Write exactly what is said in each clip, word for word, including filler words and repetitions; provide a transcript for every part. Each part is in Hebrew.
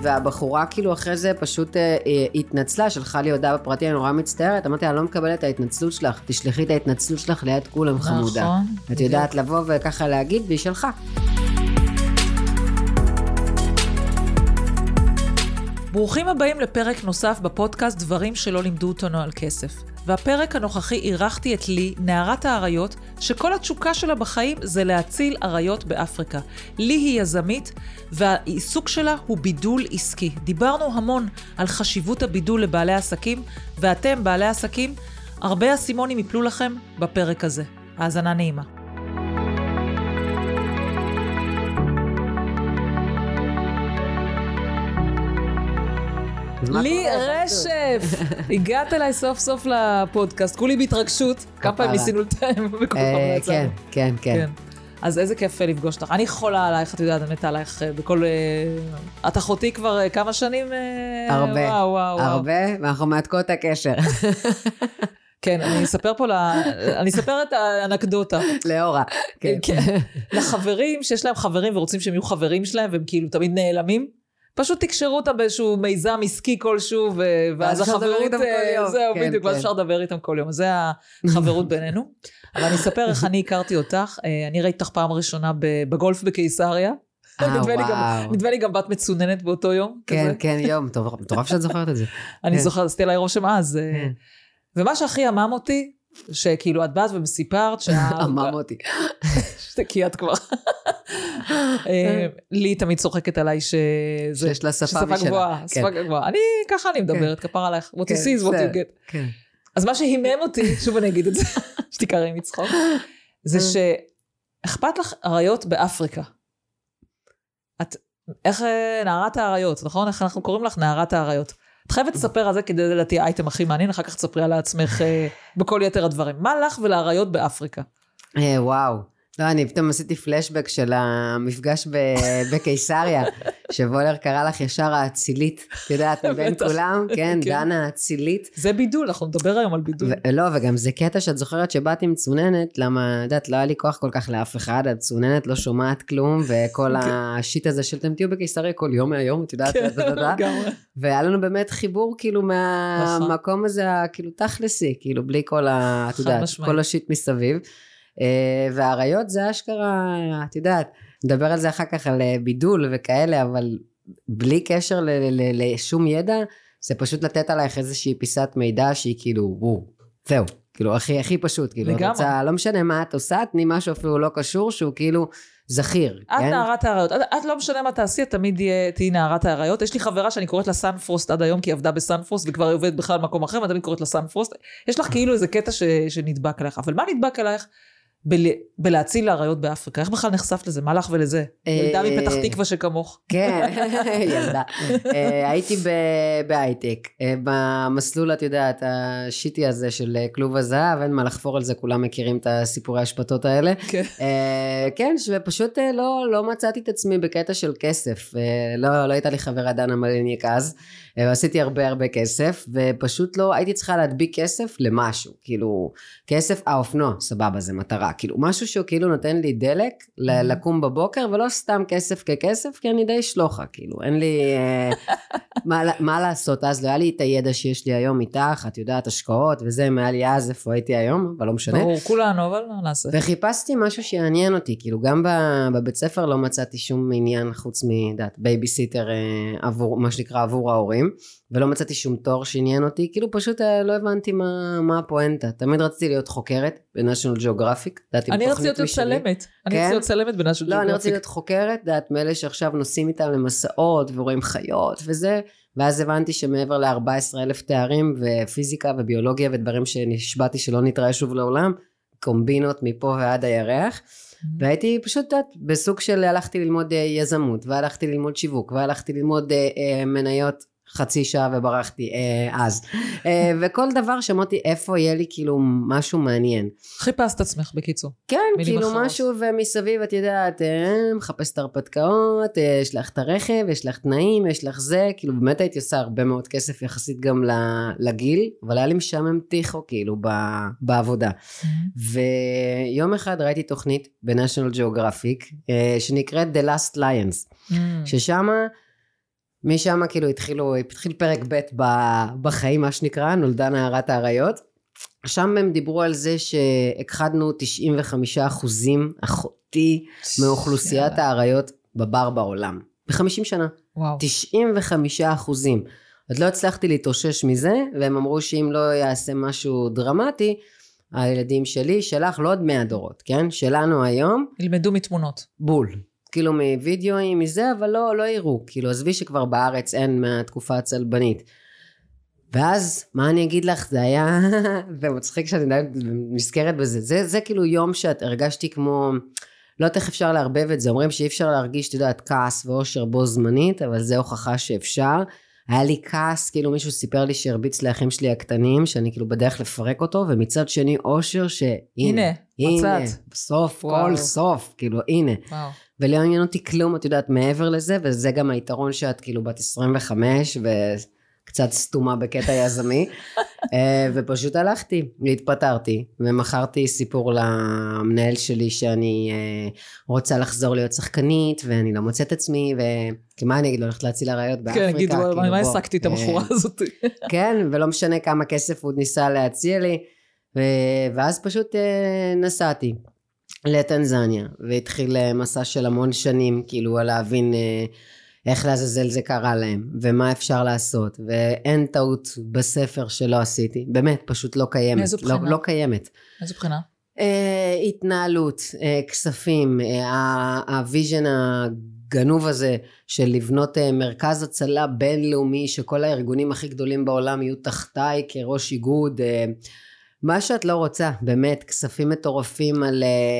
והבחורה כאילו אחרי זה פשוט התנצלה, שלחה לי הודעה בפרטי, אני נורא מצטערת, אמרתי, אני לא מקבלת את ההתנצלות שלך, תשלחי את ההתנצלות שלך ליד כולם חמודה. את יודעת לבוא וככה להגיד, והיא שלחה. ברוכים הבאים לפרק נוסף בפודקאסט דברים שלא לימדו אותנו על כסף. והפרק הנוכחי אירחתי את לי, נערת האריות, שכל התשוקה שלה בחיים זה להציל אריות באפריקה. לי היא יזמית, והעיסוק שלה הוא בידול עסקי. דיברנו המון על חשיבות הבידול לבעלי עסקים, ואתם, בעלי עסקים, הרבה אסימונים יפלו לכם בפרק הזה. האזנה נעימה. לי רשף, הגעת אליי סוף סוף לפודקאסט, כולי בהתרגשות, כמה פעמים ניסינו לתאם וכל פעם נעצר. כן, כן, כן. אז איזה כיף לפגוש אותך. אני חולה עלייך, את יודעת, באמת עלייך בכל... את אחותי כבר כמה שנים? הרבה, הרבה, ואנחנו מעתקות הקשר. כן, אני אספר פה, אני אספר את האנקדוטה. לאורה, כן. לחברים שיש להם חברים ורוצים שהם יהיו חברים שלהם, והם כאילו תמיד נעלמים. פשוט תקשרו אותה באיזשהו מיזם עסקי כלשהו, ואז החברות, זהו בדיוק, ואז אפשר לדבר איתם כל יום. זה החברות בינינו. אבל אני אספר איך אני הכרתי אותך, אני ראיתי אותך פעם ראשונה בגולף בקיסריה. נדמה לי גם בת מצוננת באותו יום. כן, כן, יום, מטורף שאת זוכרת את זה. אני זוכרת, עשיתי עליי רושם אז. ומה שהכי אמם אותי, שכאילו את באת ומסיפרת, אמם אותי. כי את כבר. לי תמיד צוחקת עליי שיש לה שפה גבוהה, שפה גבוהה. אני, ככה אני מדברת, כפר עלייך. What you see is what you get. אז מה שהימם אותי, שוב אני אגיד את זה, שתיקרי מצחוק, זה שאכפת לך אריות באפריקה. את, איך נערת האריות, נכון? איך אנחנו קוראים לך נערת האריות. את חייבת לספר על זה כדי לדעתי האייטם הכי מעניין, אחר כך תספרי על עצמך בכל יתר הדברים. מה לך ולאריות באפריקה? וואו. לא, אני פתאום עשיתי פלשבק של המפגש בקיסריה, שוולר קרא לך ישר האצילית, את יודעת, מבין כולם, כן, דנה האצילית. זה בידול, אנחנו נדבר היום על בידול. לא, וגם זה קטע שאת זוכרת שבאתי מצוננת, למה, יודעת, לא היה לי כוח כל כך לאף אחד, את צוננת, לא שומעת כלום, וכל השיט הזה של תמתיעו בקיסריה כל יום מהיום, את יודעת, והיה לנו באמת חיבור כאילו מהמקום הזה, כאילו תכלסי, כאילו בלי כל ה, את יודעת, כל השיט מסביב. והאריות זה אשכרה, את יודעת, נדבר על זה אחר כך על בידול וכאלה, אבל בלי קשר לשום ידע, זה פשוט לתת עלייך איזושהי פיסת מידע שהיא כאילו, וואו, זהו, כאילו הכי הכי פשוט, כאילו, רוצה, לא משנה מה את עושה, תני משהו אפילו לא קשור, שהוא כאילו זכיר. את נערת האריות, את לא משנה מה תעשי, את תמיד תהיי נערת האריות. יש לי חברה שאני קוראת לה סנפרוסט עד היום, כי היא עבדה בסנפרוסט, וכבר היא עובדת בכלל במקום אחר, ואני תמיד קוראת לה סנפרוסט. יש לך כאילו איזה קטע שנדבק עליך, אבל מה נדבק עליך? בלהציל לאריות באפריקה, איך בכלל נחשפת לזה? מה לך ולזה? ילדה מפתח תקווה שכמוך. כן, ילדה. הייתי בהייטק, במסלול, את יודעת, השיטי הזה של כלוב הזהב, אין מה לחפור על זה, כולם מכירים את הסיפורי השפטות האלה. כן, ופשוט לא מצאתי את עצמי בקטע של כסף, לא הייתה לי חברה דנה מליניק אז, ועשיתי הרבה הרבה כסף, ופשוט לא, הייתי צריכה להדביק כסף למשהו, כאילו, כסף, האופנוע, סבבה, זה מטרה, כאילו, משהו שהוא כאילו נותן לי דלק, לקום בבוקר, ולא סתם כסף ככסף, כי אני די שלוחה, כאילו, אין לי, מה לעשות, אז לא היה לי את הידע שיש לי היום איתך, את יודעת, השקעות, וזה, אם היה לי אז, איפה הייתי היום, אבל לא משנה. ברור, כולנו, אבל לא נעשה. וחיפשתי משהו שיעניין אותי, כאילו, גם בבית ספר לא מצאתי שום עניין, חוץ מדעת, בייביסיטר, עבור, מה שנקרא, עבור ההורים, ולא מצאתי שום תואר שעניין אותי, כאילו פשוט לא הבנתי מה, מה הפואנטה. תמיד רציתי להיות חוקרת בנשיונל ג'אוגרפיק. אני רציתי להיות צלמת. אני רציתי להיות צלמת בנשיונל ג'אוגרפיק. לא, אני רציתי להיות חוקרת, דעת מאלה שעכשיו נוסעים איתם למסעות, ורואים חיות וזה, ואז הבנתי שמעבר ל-ארבעה עשר אלף תארים, ופיזיקה וביולוגיה, ודברים שנשבעתי שלא נתראה שוב לעולם, קומבינות מפה ועד הירח, והייתי פשוט בסוג של הלכתי ללמוד יזמות, והלכתי ללמוד שיווק, והלכתי ללמוד מניות חצי שעה וברחתי אה, אז. אה, וכל דבר שמעתי איפה יהיה לי כאילו משהו מעניין. חיפשת עצמך בקיצור. כן, כאילו אחרות. משהו ומסביב את יודעת, אה, מחפש את הרפתקאות, אה, יש לך את הרכב, יש לך תנאים, יש לך זה, כאילו באמת הייתי עושה הרבה מאוד כסף יחסית גם לגיל, אבל היה לי משעמם טיחו כאילו ב, בעבודה. Mm-hmm. ויום אחד ראיתי תוכנית בנשיונל ג'אוגרפיק, אה, שנקראת The Last Lions, mm-hmm. ששמה משם כאילו התחילו, התחיל פרק ב' בחיים, מה שנקרא, נולדה נערת האריות. שם הם דיברו על זה שהכחדנו תשעים וחמישה אחוזים אחותי מאוכלוסיית האריות בבר בעולם. ב-חמישים שנה. וואו. תשעים וחמישה אחוזים. עוד לא הצלחתי להתאושש מזה, והם אמרו שאם לא יעשה משהו דרמטי, הילדים שלי, שלך, לא עוד מאה דורות, כן? שלנו היום. ילמדו מתמונות. בול. כאילו מווידאוים, מזה, אבל לא, לא יראו. כאילו, עזבי שכבר בארץ אין מהתקופה הצלבנית. ואז, מה אני אגיד לך? זה היה, זה מצחיק שאני נזכרת בזה. זה, זה כאילו יום שאת הרגשתי כמו, לא יודעת איך אפשר להרבב את זה. אומרים שאי אפשר להרגיש, אתה יודעת, כעס ואושר בו זמנית, אבל זה הוכחה שאפשר. היה לי כעס, כאילו מישהו סיפר לי שהרביץ לאחים שלי הקטנים, שאני כאילו בדרך לפרק אותו, ומצד שני אושר שהנה, הנה, הנה, מצאת. בסוף, וואו. כל סוף, כאילו הנה. וואו. ולא עניין אותי כלום, את יודעת, מעבר לזה, וזה גם היתרון שאת כאילו בת עשרים וחמש, וקצת סתומה בקטע יזמי, ופשוט הלכתי, והתפטרתי, ומכרתי סיפור למנהל שלי, שאני רוצה לחזור להיות שחקנית, ואני לא מוצאת עצמי, וכי מה אני אגיד, לא הולכת להציל אריות באפריקה? כן, אגיד, מה העסקתי את הבחורה הזאת? כן, ולא משנה כמה כסף הוא ניסה להציע לי, ואז פשוט נסעתי. לטנזניה, והתחיל מסע של המון שנים, כאילו להבין איך לעזאזל זה קרה להם, ומה אפשר לעשות, ואין טעות בספר שלא עשיתי, באמת, פשוט לא קיימת. מאיזו בחינה? לא, לא קיימת. איזו בחינה? אה, התנהלות, אה, כספים, אה, הוויז'ן הגנוב הזה, של לבנות אה, מרכז הצלה בינלאומי, שכל הארגונים הכי גדולים בעולם יהיו תחתיי כראש איגוד, אה, מה שאת לא רוצה, באמת, כספים מטורפים על,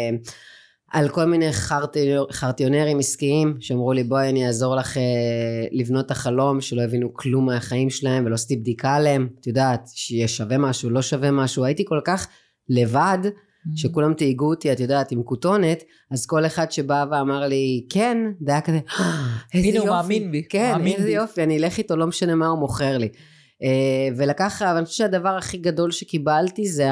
על כל מיני חרטיונרים עסקיים, שאמרו לי, בואי אני אעזור לך לבנות החלום, שלא הבינו כלום מהחיים שלהם, ולא עשיתי בדיקה עליהם, את יודעת, שיהיה שווה משהו, לא שווה משהו, הייתי כל כך לבד, שכולם תהיגו אותי, את יודעת, עם כותונת, אז כל אחד שבא ואמר לי, כן, זה היה כזה, איזה יופי, הוא מאמין בי, כן, מאמין איזה בי. יופי, אני אלך איתו, לא משנה מה הוא מוכר לי. ולקח, אבל אני חושבת שהדבר הכי גדול שקיבלתי זה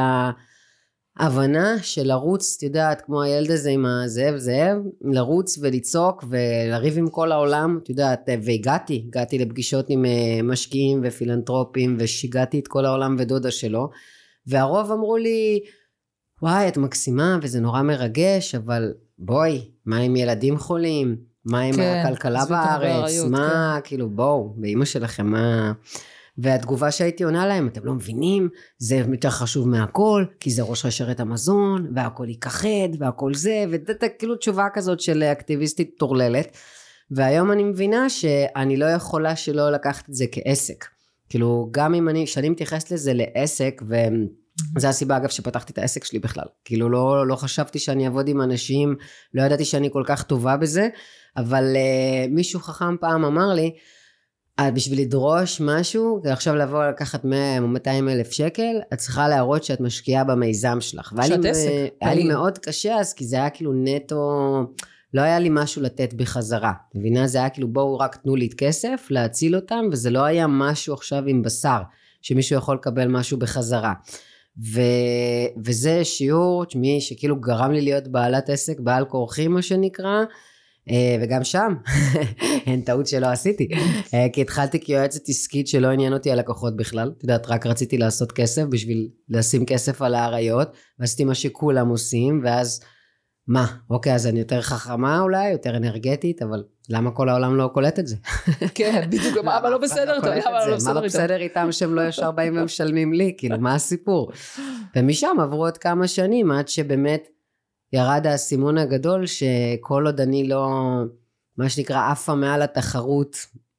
ההבנה של לרוץ, את יודעת, כמו הילד הזה עם הזאב זאב, לרוץ ולצעוק ולריב עם כל העולם, את יודעת, והגעתי, הגעתי לפגישות עם משקיעים ופילנטרופים, ושיגעתי את כל העולם ודודה שלו, והרוב אמרו לי, וואי, את מקסימה וזה נורא מרגש, אבל בואי, מה עם ילדים חולים? מה עם כן, הכלכלה בארץ? הרעיות, מה, כן. כאילו בואו, באמא שלכם, מה... והתגובה שהייתי עונה להם, אתם לא מבינים, זה יותר חשוב מהכל, כי זה ראש רשרת המזון, והכל ייכחד, והכל זה, ודאתה כאילו תשובה כזאת של אקטיביסטית תורללת, והיום אני מבינה שאני לא יכולה שלא לקחת את זה כעסק, כאילו גם אם אני, שאני מתייחסת לזה לעסק, וזה הסיבה אגב שפתחתי את העסק שלי בכלל, כאילו לא, לא חשבתי שאני אעבוד עם אנשים, לא ידעתי שאני כל כך טובה בזה, אבל uh, מישהו חכם פעם אמר לי, בשביל לדרוש משהו, עכשיו לבוא לקחת מאה או מאתיים אלף שקל, את צריכה להראות שאת משקיעה במיזם שלך. שאת עסק. היה לי מאוד קשה אז, כי זה היה כאילו נטו, לא היה לי משהו לתת בחזרה. מבינה, זה היה כאילו בואו רק תנו לי את כסף, להציל אותם, וזה לא היה משהו עכשיו עם בשר, שמישהו יכול לקבל משהו בחזרה. ו... וזה שיעור, מי שכאילו גרם לי להיות בעלת עסק, בעל כורחי מה שנקרא, וגם שם, אין טעות שלא עשיתי, כי התחלתי כיועצת עסקית שלא עניין אותי הלקוחות בכלל, את יודעת, רק רציתי לעשות כסף בשביל לשים כסף על האריות, ועשיתי מה שכולם עושים, ואז, מה, אוקיי, אז אני יותר חכמה אולי, יותר אנרגטית, אבל למה כל העולם לא קולט את זה? כן, בדיוק, מה לא בסדר איתם? מה לא בסדר איתם שהם לא ישר באים ומשלמים לי, כאילו, מה הסיפור? ומשם עברו עוד כמה שנים, עד שבאמת, ירד הסימון הגדול שכל עוד אני לא, מה שנקרא, אפה מעל התחרות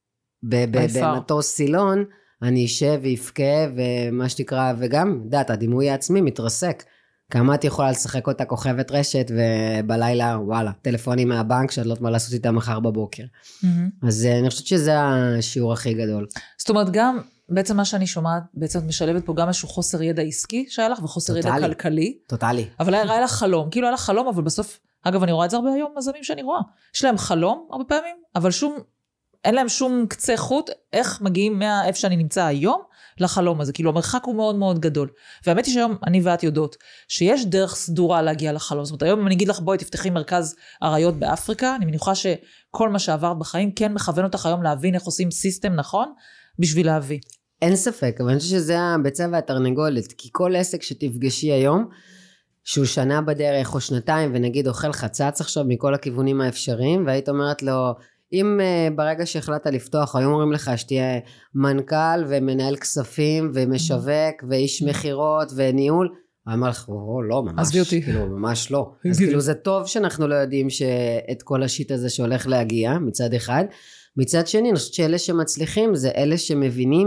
במטוס סילון, אני אשב ויפקה ומה שנקרא, וגם, דעת, הדימוי העצמי מתרסק. כמה את יכולה לשחק אותה כוכבת רשת ובלילה, וואלה, טלפונים מהבנק שאת לא יודעת מה לעשות איתה מחר בבוקר. אז אני חושבת שזה השיעור הכי גדול. זאת אומרת, גם בעצם מה שאני שומעת, בעצם את משלבת פה גם איזשהו חוסר ידע עסקי שהיה לך, וחוסר ידע כלכלי. טוטלי. אבל היה לך חלום, כאילו היה לך חלום, אבל בסוף, אגב, אני רואה את זה הרבה היום, מזמים שאני רואה. יש להם חלום הרבה פעמים, אבל שום, אין להם שום קצה חוט, איך מגיעים מאיפה שאני נמצא היום, לחלום הזה, כאילו המרחק הוא מאוד מאוד גדול. והאמת היא שהיום אני ואת יודעות, שיש דרך סדורה להגיע לחלום. זאת אומרת, היום אם אני אגיד לך, בואי תפתחי מרכז אריות באפריקה, אני מניחה שכל מה שעברת בחיים כן מכוון אותך היום להבין איך עושים סיסטם נכון, בשביל להביא. אין ספק, אבל אני חושב שזה הביצה והתרנגולת, כי כל עסק שתפגשי היום, שהוא שנה בדרך או שנתיים, ונגיד אוכל חצץ עכשיו מכל הכיוונים האפשריים, והיית אומרת לו, אם uh, ברגע שהחלטת לפתוח, היו אומרים לך שתהיה מנכ"ל ומנהל כספים ומשווק ואיש מחירות וניהול, הוא אמר לך, או, לא, ממש, כאילו, ממש לא. אז כאילו זה טוב שאנחנו לא יודעים שאת כל השיט הזה שהולך להגיע, מצד אחד. מצד שני, אני חושבת שאלה שמצליחים, זה אלה שמבינים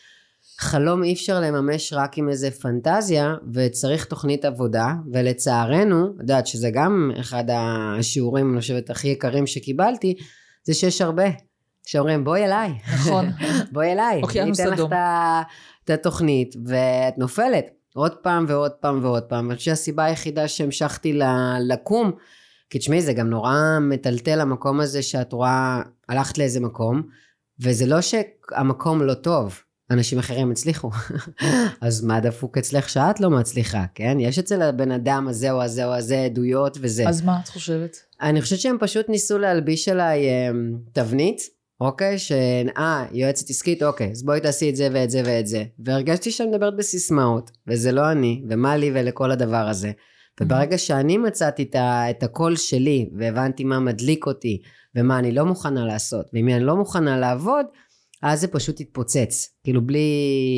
שחלום אי אפשר לממש רק עם איזה פנטזיה, וצריך תוכנית עבודה, ולצערנו, יודעת שזה גם אחד השיעורים, אני חושבת, הכי יקרים שקיבלתי, זה שיש הרבה, שאומרים בואי אליי, נכון, בואי אליי, אני אתן לך את התוכנית, ואת נופלת, עוד פעם ועוד פעם ועוד פעם, ואני חושב שהסיבה היחידה שהמשכתי לקום, כי תשמעי זה גם נורא מטלטל המקום הזה, שאת רואה, הלכת לאיזה מקום, וזה לא שהמקום לא טוב, אנשים אחרים הצליחו, אז מה דפוק אצלך שאת לא מצליחה, כן? יש אצל הבן אדם הזה או הזה או הזה עדויות וזה. אז מה את חושבת? אני חושבת שהם פשוט ניסו להלביש עליי תבנית, אוקיי, שאה, יועצת עסקית, אוקיי, אז בואי תעשי את זה ואת זה ואת זה, והרגשתי שאני מדברת בסיסמאות, וזה לא אני, ומה לי ולכל הדבר הזה, וברגע שאני מצאתי את הקול שלי, והבנתי מה מדליק אותי, ומה אני לא מוכנה לעשות, ומי אני לא מוכנה לעבוד, אז זה פשוט התפוצץ, כאילו בלי,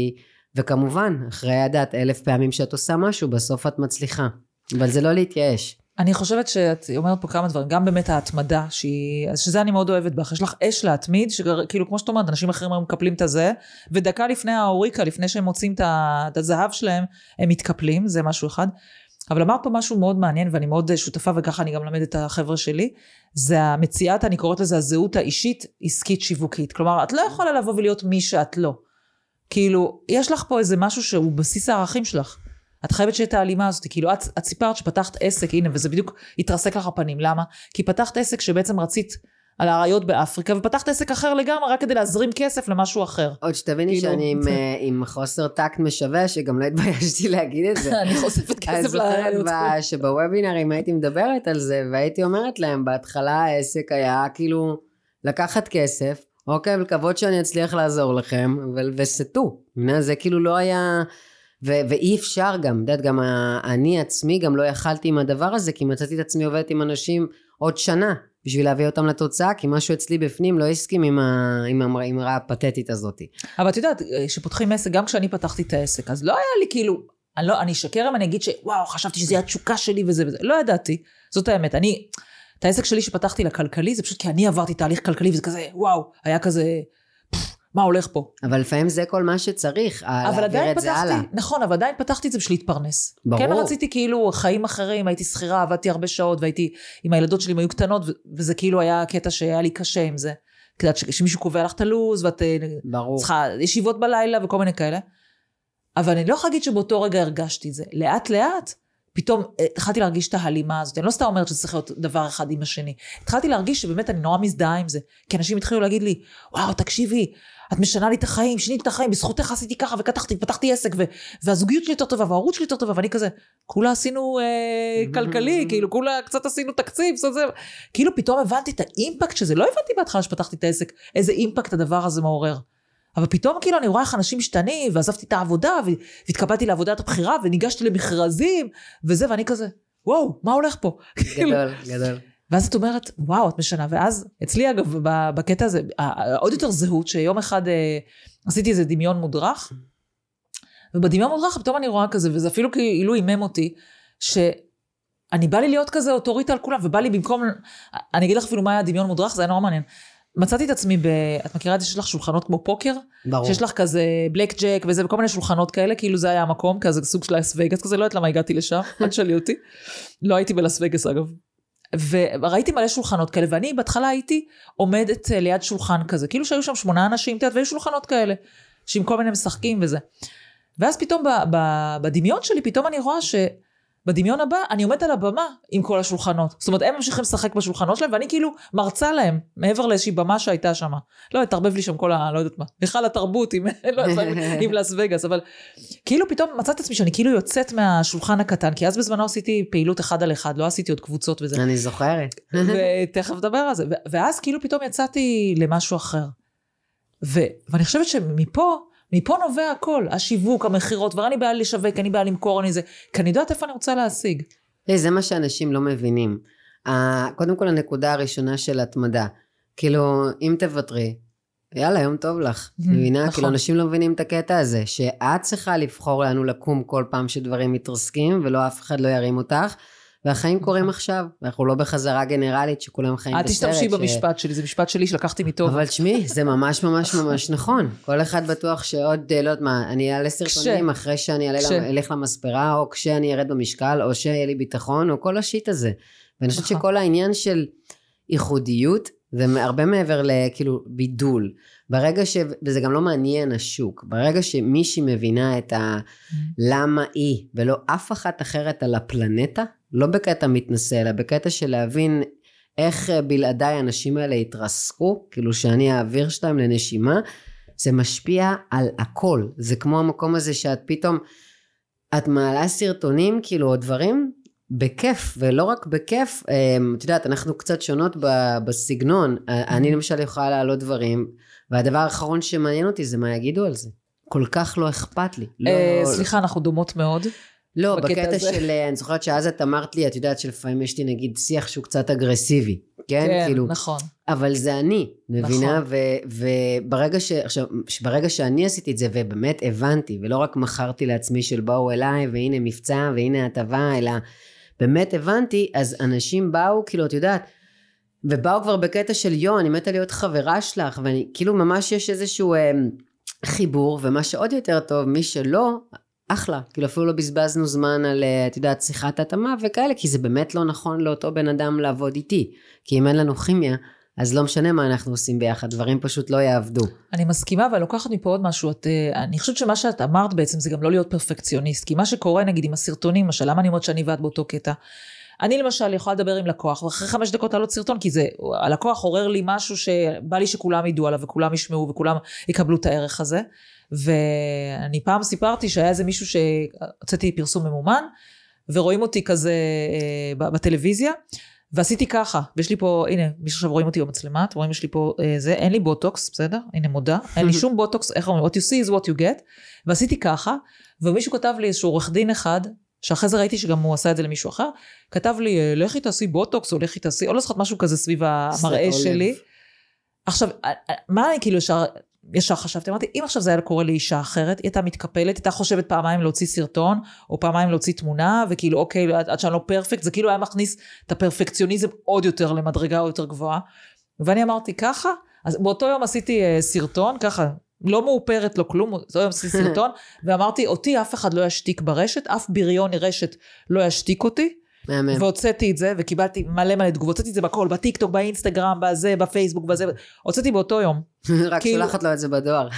וכמובן, אחרי הדת, אלף פעמים שאת עושה משהו, בסוף את מצליחה, אבל זה לא להתייאש. אני חושבת שאת אומרת פה כמה דברים, גם באמת ההתמדה, שהיא, שזה אני מאוד אוהבת בך, יש לך אש להתמיד, שכאילו כמו שאת אומרת, אנשים אחרים הם מקפלים את הזה, ודקה לפני האוריקה, לפני שהם מוצאים את הזהב שלהם, הם מתקפלים, זה משהו אחד. אבל אמר פה משהו מאוד מעניין, ואני מאוד שותפה, וככה אני גם למד את החבר'ה שלי, זה המציאת, אני קוראת לזה, הזהות האישית, עסקית שיווקית. כלומר, את לא יכולה לבוא ולהיות מי שאת לא. כאילו, יש לך פה איזה משהו שהוא בסיס הערכים שלך. את חייבת שאת העלימה הזאת, כאילו, את, את סיפרת שפתחת עסק, הנה, וזה בדיוק התרסק לך הפנים. למה? כי פתחת עסק שבעצם רצית על האריות באפריקה, ופתחת עסק אחר לגמרי, רק כדי להזרים כסף למשהו אחר. עוד שתביני שאני עם חוסר טקט משווה, שגם לא התביישתי להגיד את זה. אני חושפת כסף לאריות. אז שבוובינרים הייתי מדברת על זה, והייתי אומרת להם, בהתחלה העסק היה כאילו לקחת כסף, אוקיי, ולכבוד שאני אצליח לעזור לכם, וסתו. זה כאילו לא היה, ואי אפשר גם, יודעת, גם אני עצמי גם לא יכלתי עם הדבר הזה, כי מצאתי את עצמי עובדת עם אנשים עוד שנה, בשביל להביא אותם לתוצאה, כי משהו אצלי בפנים לא הסכים עם האמרה הפתטית הזאת. אבל את יודעת, שפותחים עסק, גם כשאני פתחתי את העסק, אז לא היה לי כאילו, אני, לא, אני אשקר אם אני אגיד שוואו, חשבתי שזה היה התשוקה שלי וזה וזה, לא ידעתי, זאת האמת, אני, את העסק שלי שפתחתי לכלכלי, זה פשוט כי אני עברתי תהליך כלכלי, וזה כזה, וואו, היה כזה, מה הולך פה? אבל לפעמים זה כל מה שצריך, להעביר את זה הלאה. נכון, אבל עדיין פתחתי את זה בשביל להתפרנס. ברור. כן רציתי כאילו חיים אחרים, הייתי שכירה, עבדתי הרבה שעות, והייתי עם הילדות שלי, הם היו קטנות, וזה כאילו היה קטע שהיה לי קשה עם זה. כדעת שמישהו קובע לך את הלוז, ואת צריכה ישיבות בלילה וכל מיני כאלה. אבל אני לא יכולה להגיד שבאותו רגע הרגשתי את זה. לאט לאט, פתאום התחלתי להרגיש את ההלימה הזאת. אני לא סתם אומרת שזה צריך להיות דבר אחד עם השני. התחלתי להרגיש שבאמת אני נורא מזדהה עם זה. כי אנשים התחילו להגיד לי, וואו, תקשיבי, את משנה לי את החיים, שנית את החיים, בזכותך עשיתי ככה, וכתחתי, פתחתי עסק, והזוגיות שלי יותר טובה, והערוץ שלי יותר טובה, ואני כזה, כולה עשינו כלכלי, כאילו, כולה קצת עשינו תקציב, כאילו פתאום הבנתי את האימפקט שזה, לא הבנתי בהתחלה שפתחתי את העסק, איזה אימפקט הדבר הזה מעורר. אבל פתאום כאילו אני רואה איך אנשים משתנים, ועזבתי את העבודה, והתקבלתי לעבודת הבחירה, וניגשתי למכרזים, וזה, ואני כזה, וואו, מה הולך פה? גדול, גדול. ואז את אומרת, וואו, את משנה, ואז אצלי אגב, בקטע הזה, עוד יותר זהות, שיום אחד עשיתי איזה דמיון מודרך, ובדמיון מודרך פתאום אני רואה כזה, וזה אפילו כאילו אימם אותי, שאני בא לי להיות כזה אוטוריטה על כולם, ובא לי במקום, אני אגיד לך אפילו מה היה דמיון מודרך, זה היה נורא מעניין. מצאתי את עצמי, ב... את מכירה את זה שיש לך שולחנות כמו פוקר? ברור. שיש לך כזה בלק ג'ק וזה, וכל מיני שולחנות כאלה, כאילו זה היה המקום, כזה סוג של לס וגאס, כזה לא יודעת למה הגעתי לשם, עד שלי אותי. לא הייתי בלס וגאס אגב. וראיתי מלא שולחנות כאלה, ואני בהתחלה הייתי עומדת ליד שולחן כזה, כאילו שהיו שם שמונה אנשים, והיו שולחנות כאלה, שעם כל מיני משחקים וזה. ואז פתאום ב- ב- בדמיון שלי, פתאום אני רואה בדמיון הבא, אני עומדת על הבמה עם כל השולחנות. זאת אומרת, הם ממשיכים לשחק בשולחנות שלהם, ואני כאילו מרצה להם, מעבר לאיזושהי במה שהייתה שם. לא, תרבב לי שם כל ה... לא יודעת מה. בכלל התרבות עם, לא, עם לס וגאס, אבל כאילו פתאום מצאת עצמי שאני כאילו יוצאת מהשולחן הקטן, כי אז בזמנו עשיתי פעילות אחד על אחד, לא עשיתי עוד קבוצות וזה. אני זוכרת. ותכף נדבר על זה. ואז כאילו פתאום יצאתי למשהו אחר. ו... ואני חושבת שמפה, מפה נובע הכל, השיווק, המחירות, ואני באה לשווק, אני באה למכור, אני זה, כי אני יודעת איפה אני רוצה להשיג. זה מה שאנשים לא מבינים. קודם כל הנקודה הראשונה של התמדה, כאילו אם תוותרי, יאללה, יום טוב לך, מבינה? כאילו אנשים לא מבינים את הקטע הזה, שאת צריכה לבחור לנו לקום כל פעם שדברים מתרסקים, ולא אף אחד לא ירים אותך, והחיים קורים עכשיו, ואנחנו לא בחזרה גנרלית שכולם חיים בסרט. את תשתמשי במשפט שלי, זה משפט שלי שלקחתי מטוב. אבל תשמעי, זה ממש ממש ממש נכון. כל אחד בטוח שעוד, לא יודעת מה, אני אעלה סרטונים אחרי שאני אלך למספרה, או כשאני ארד במשקל, או שיהיה לי ביטחון, או כל השיט הזה. ואני חושבת שכל העניין של ייחודיות, זה הרבה מעבר לכאילו בידול. ברגע ש... וזה גם לא מעניין השוק. ברגע שמישהי מבינה את ה... למה היא, ולא אף אחת אחרת על הפלנטה, לא בקטע מתנסה, אלא בקטע של להבין איך בלעדיי האנשים האלה התרסקו, כאילו שאני האוויר שלהם לנשימה, זה משפיע על הכל. זה כמו המקום הזה שאת פתאום, את מעלה סרטונים, כאילו, או דברים, בכיף, ולא רק בכיף, את יודעת, אנחנו קצת שונות בסגנון, אני למשל יכולה לעלות דברים, והדבר האחרון שמעניין אותי זה מה יגידו על זה. כל כך לא אכפת לי. סליחה, אנחנו דומות מאוד. לא, בקטע של, אני זוכרת שאז את אמרת לי, את יודעת שלפעמים יש לי נגיד שיח שהוא קצת אגרסיבי, כן? כן, כאילו, נכון. אבל זה אני, מבינה? נכון. וברגע ש, עכשיו, ברגע שאני עשיתי את זה, ובאמת הבנתי, ולא רק מכרתי לעצמי של באו אליי, והנה מבצע, והנה הטבה, אלא באמת הבנתי, אז אנשים באו, כאילו, את יודעת, ובאו כבר בקטע של יו, אני מתה להיות חברה שלך, ואני, כאילו, ממש יש איזשהו אה, חיבור, ומה שעוד יותר טוב, מי שלא, אחלה, כאילו אפילו לא בזבזנו זמן על, את יודעת, שיחת התאמה וכאלה, כי זה באמת לא נכון לאותו בן אדם לעבוד איתי, כי אם אין לנו כימיה, אז לא משנה מה אנחנו עושים ביחד, דברים פשוט לא יעבדו. אני מסכימה, אבל לוקחת מפה עוד משהו, את, אני חושבת שמה שאת אמרת בעצם, זה גם לא להיות פרפקציוניסט, כי מה שקורה נגיד עם הסרטונים, למשל, למה אני אומרת שאני ואת באותו קטע, אני למשל יכולה לדבר עם לקוח, ואחרי חמש דקות לעלות סרטון, כי זה, הלקוח עורר לי משהו שבא לי שכולם ידעו עליו, וכולם ישמעו, וכולם יקבלו את הערך הזה, ואני פעם סיפרתי שהיה איזה מישהו שהוצאתי פרסום ממומן, ורואים אותי כזה בטלוויזיה, ועשיתי ככה, ויש לי פה, הנה, מישהו עכשיו רואים אותי במצלמה, אתם רואים, יש לי פה זה, אין לי בוטוקס, בסדר? הנה מודה, אין לי שום בוטוקס, איך אומרים, what you see is what you get, ועשיתי ככה, ומישהו כתב לי איזשהו עורך דין אחד, שאחרי זה ראיתי שגם הוא עשה את זה למישהו אחר, כתב לי, לכי תעשי בוטוקס, או לכי תעשי, או לא זכות משהו כזה סביב המראה שלי. עכשיו, מה אני כאילו ישר, ישר חשבתי, אמרתי, אם עכשיו זה היה קורה לאישה אחרת, היא הייתה מתקפלת, הייתה חושבת פעמיים להוציא סרטון, או פעמיים להוציא תמונה, וכאילו, אוקיי, עד שאני לא פרפקט, זה כאילו היה מכניס את הפרפקציוניזם עוד יותר למדרגה או יותר גבוהה. ואני אמרתי ככה, אז באותו יום עשיתי סרטון, ככה, לא מאופרת, לא כלום, זו יום עשיתי סרטון, ואמרתי, אותי אף אחד לא ישתיק ברשת, אף בריון רשת לא ישתיק אותי, והוצאתי את זה, וקיבלתי מלא מלא תגובות, הוצאתי את זה בכל, בטיק טוק, באינסטגרם, בזה, בפייסבוק, בזה, הוצאתי באותו יום. רק שולחת לו את זה בדואר.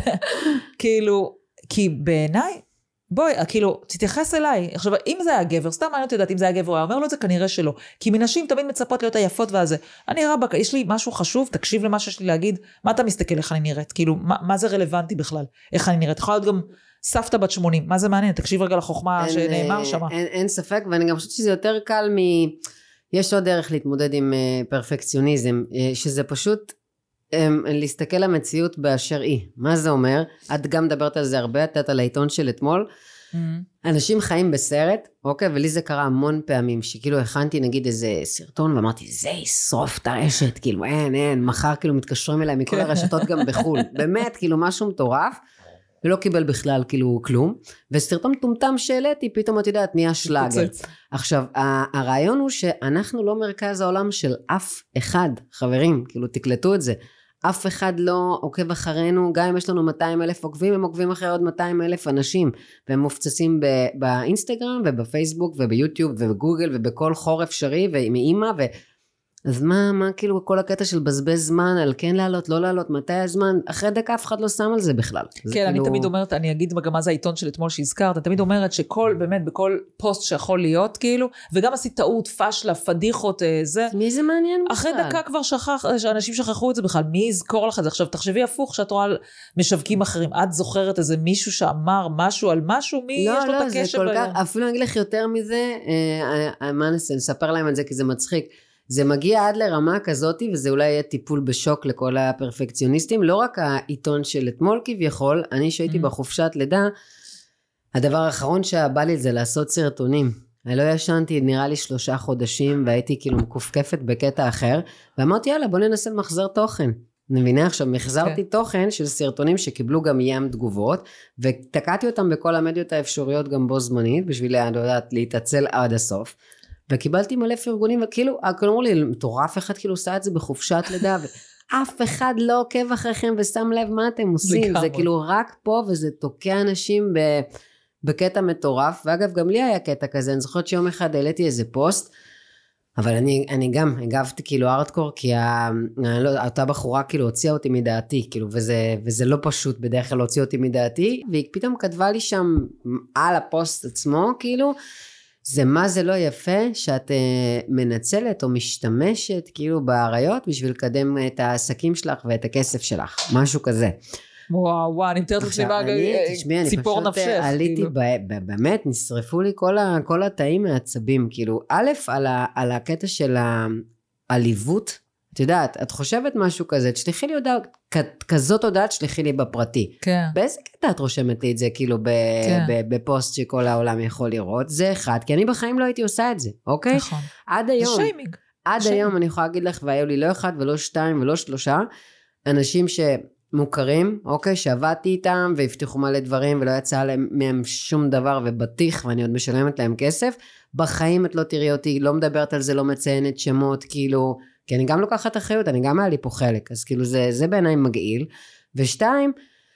כאילו, כי בעיניי, בואי, כאילו, תתייחס אליי. עכשיו, אם זה היה גבר, סתם אני לא יודעת, אם זה היה גבר, הוא אומר לו את זה, כנראה שלא. כי מנשים תמיד מצפות להיות היפות והזה. אני רבק, יש לי משהו חשוב, תקשיב למה שיש לי להגיד, מה אתה מסתכל, איך אני נראית? כאילו, מה, מה זה רלוונטי בכלל? איך אני נראית? יכולה להיות גם סבתא בת שמונים, מה זה מעניין? תקשיב רגע לחוכמה אין, שנאמר שם. אין, אין ספק, ואני גם חושבת שזה יותר קל מ... יש עוד דרך להתמודד עם פרפקציוניזם, שזה פשוט להסתכל למציאות באשר היא. מה זה אומר? את גם מדברת על זה הרבה, את על העיתון של אתמול. Mm-hmm. אנשים חיים בסרט, אוקיי? ולי זה קרה המון פעמים, שכאילו הכנתי נגיד איזה סרטון, ואמרתי, זה ישרוף את הרשת, כאילו אין, אין, מחר כאילו מתקשרים אליי מכל הרשתות גם בחול. באמת, כאילו משהו מטורף, ולא קיבל בכלל כאילו כלום, וסרטון טומטם שהעליתי, פתאום את יודעת, נהיה שלאגר. עכשיו, הרעיון הוא שאנחנו לא מרכז העולם של אף אחד, חברים, כאילו תקלטו את זה, אף אחד לא עוקב אחרינו, גם אם יש לנו מאתיים אלף עוקבים, הם עוקבים אחרי עוד מאתיים אלף אנשים, והם מופצצים באינסטגרם, ובפייסבוק, וביוטיוב, ובגוגל, ובכל חור אפשרי, ומאמא, אז מה, מה כאילו כל הקטע של בזבז זמן על כן לעלות, לא לעלות, מתי הזמן, אחרי דקה אף אחד לא שם על זה בכלל. כן, כאילו... אני תמיד אומרת, אני אגיד גם מה זה העיתון של אתמול שהזכרת, אני תמיד אומרת שכל, באמת, בכל פוסט שיכול להיות, כאילו, וגם עשית טעות, פשלה, פדיחות, זה. מי זה מעניין בכלל? אחרי דקה כבר שכח, אנשים שכחו את זה בכלל, מי יזכור לך את זה? עכשיו, תחשבי הפוך, שאת רואה על משווקים אחרים, את זוכרת איזה מישהו שאמר משהו על משהו, מי לא, יש לו לא, את הקשר? לא, כך, אפילו אני אגיד לך יותר מזה, אה, מה נעשה, נספר להם את זה כי זה מצחיק. זה מגיע עד לרמה כזאת, וזה אולי יהיה טיפול בשוק לכל הפרפקציוניסטים, לא רק העיתון של אתמול כביכול, אני שהייתי mm-hmm. בחופשת לידה, הדבר האחרון שבא לי זה לעשות סרטונים, אני לא ישנתי נראה לי שלושה חודשים, והייתי כאילו מקופקפת בקטע אחר, ואמרתי יאללה בוא ננסה למחזר תוכן, אני מבינה עכשיו, מחזרתי okay. תוכן של סרטונים שקיבלו גם ים תגובות, ותקעתי אותם בכל המדיות האפשריות גם בו זמנית, בשביל לדעת להתעצל עד הסוף, וקיבלתי מלא פרגונים, וכאילו, אמרו לי, מטורף אחד כאילו עושה את זה בחופשת לידה, ואף אחד לא עוקב אחריכם ושם לב מה אתם עושים, זה כאילו רק פה, וזה תוקע אנשים בקטע מטורף, ואגב, גם לי היה קטע כזה, אני זוכרת שיום אחד העליתי איזה פוסט, אבל אני, אני גם הגבתי כאילו ארטקור, כי ה, לא, אותה בחורה כאילו הוציאה אותי מדעתי, כאילו, וזה, וזה לא פשוט בדרך כלל להוציא אותי מדעתי, והיא פתאום כתבה לי שם על הפוסט עצמו, כאילו, זה מה זה לא יפה שאת uh, מנצלת או משתמשת כאילו בעריות בשביל לקדם את העסקים שלך ואת הכסף שלך, משהו כזה. וואו וואו, אני מתארת לעצמי ציפור נפשך. אני פשוט עליתי, באמת נשרפו לי כל התאים מעצבים, כאילו א' על הקטע של העליבות, את יודעת, את חושבת משהו כזה, תשליחי לי הודעה, כזאת הודעה תשליחי לי בפרטי. כן. באיזה קטע את רושמת לי את זה, כאילו בפוסט שכל העולם יכול לראות? זה אחד, כי אני בחיים לא הייתי עושה את זה, אוקיי? נכון. עד היום, זה שיימינג. עד היום אני יכולה להגיד לך, והיו לי לא אחד ולא שתיים ולא שלושה, אנשים שמוכרים, אוקיי, שעבדתי איתם, והבטיחו מלא דברים, ולא יצא מהם שום דבר, ובטיח, ואני עוד משלמת להם כסף, בחיים את לא תראי אותי, לא מדברת על זה, לא מציינת שמות, כאילו, כי אני גם לוקחת אחריות, אני גם היה לי פה חלק, אז כאילו זה, זה בעיניי מגעיל, ושתיים,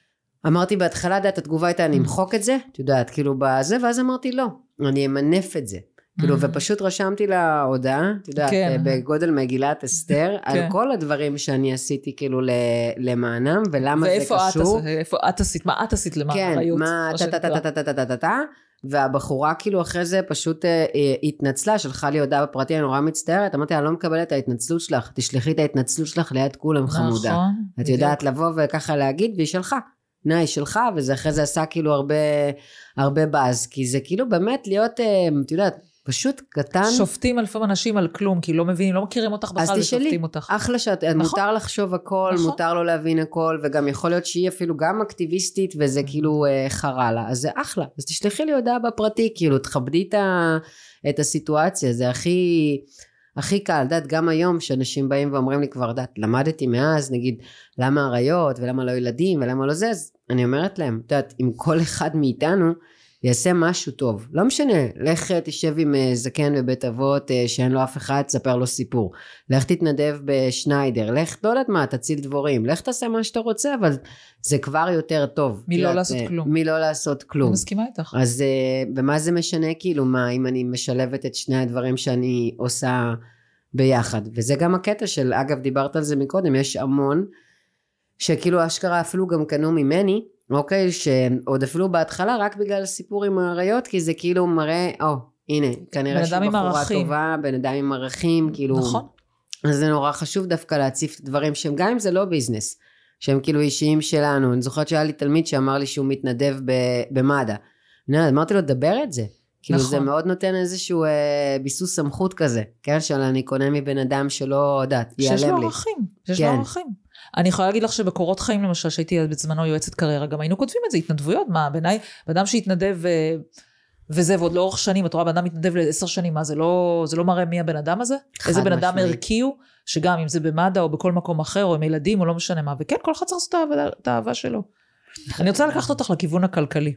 אמרתי בהתחלה, דעת, התגובה הייתה, אני אמחוק את זה, את יודעת, כאילו בזה, ואז אמרתי לא, אני אמנף את זה, כאילו, ופשוט רשמתי לה הודעה, את יודעת, בגודל מגילת אסתר, על כל הדברים שאני עשיתי כאילו למענם, ולמה זה קשור. ואיפה את עשית, מה את עשית למען הרעיות? כן, מה, טה-טה-טה-טה-טה-טה-טה, והבחורה כאילו אחרי זה פשוט התנצלה, שלחה לי הודעה בפרטי, אני נורא מצטערת, אמרתי, אני לא מקבלת את ההתנצלות שלך, תשלחי את ההתנצלות שלך ליד כולם חמודה. את יודעת לבוא וככה להגיד, והיא שלחה. נה, היא שלחה, וזה אחרי זה עשה כאילו הרבה, הרבה באז, כי זה כאילו באמת להיות, את יודעת, פשוט קטן. שופטים אלפים אנשים על כלום, כי לא מבינים, לא מכירים אותך בכלל ושופטים אותך. אז תשאלי, אחלה שאת, נכון. מותר לחשוב הכל, נכון. מותר לא להבין הכל, וגם יכול להיות שהיא אפילו גם אקטיביסטית, וזה כאילו אה, חרה לה, אז זה אחלה. אז תשלחי לי הודעה בפרטי, כאילו תכבדי את, ה, את הסיטואציה, זה הכי, הכי קל, דעת, גם היום שאנשים באים ואומרים לי כבר, דעת, למדתי מאז, נגיד, למה הרעיות, ולמה לא ילדים, ולמה לא זה, אז אני אומרת להם, דעת, אם כל אחד מאיתנו, יעשה משהו טוב, לא משנה, לך תשב עם זקן בבית אבות שאין לו אף אחד, תספר לו סיפור, לך תתנדב בשניידר, לך לא יודעת מה, תציל דבורים, לך תעשה מה שאתה רוצה, אבל זה כבר יותר טוב. מי לא לעשות כלום. מי לא לעשות כלום. אני מסכימה איתך. אז במה זה משנה כאילו, מה אם אני משלבת את שני הדברים שאני עושה ביחד, וזה גם הקטע של, אגב דיברת על זה מקודם, יש המון, שכאילו אשכרה אפילו גם קנו ממני, אוקיי, שעוד אפילו בהתחלה, רק בגלל הסיפור עם העריות, כי זה כאילו מראה, או, הנה, כנראה שהיא בחורה טובה, בן אדם עם ערכים, כאילו, נכון. אז זה נורא חשוב דווקא להציף את דברים, שהם גם אם זה לא ביזנס, שהם כאילו אישיים שלנו, אני זוכרת שהיה לי תלמיד שאמר לי שהוא מתנדב במד"א, אמרתי לו, דבר את זה, כאילו זה מאוד נותן איזשהו ביסוס סמכות כזה, כן, שאני קונה מבן אדם שלא יודעת, ייעלם לי. שיש לו ערכים, שיש לו ערכים. אני יכולה להגיד לך שבקורות חיים למשל, שהייתי בזמנו יועצת קריירה, גם היינו כותבים את זה, התנדבויות, מה, בעיניי, באדם שהתנדב וזה, ועוד לאורך שנים, את רואה, באדם מתנדב לעשר שנים, מה, זה לא, זה לא מראה מי הבן אדם הזה? איזה בן אדם ערכי הוא, שגם אם זה במד"א או בכל מקום אחר, או עם ילדים, או לא משנה מה, וכן, כל אחד צריך לעשות את האהבה שלו. אני רוצה לקחת אותך לכיוון הכלכלי.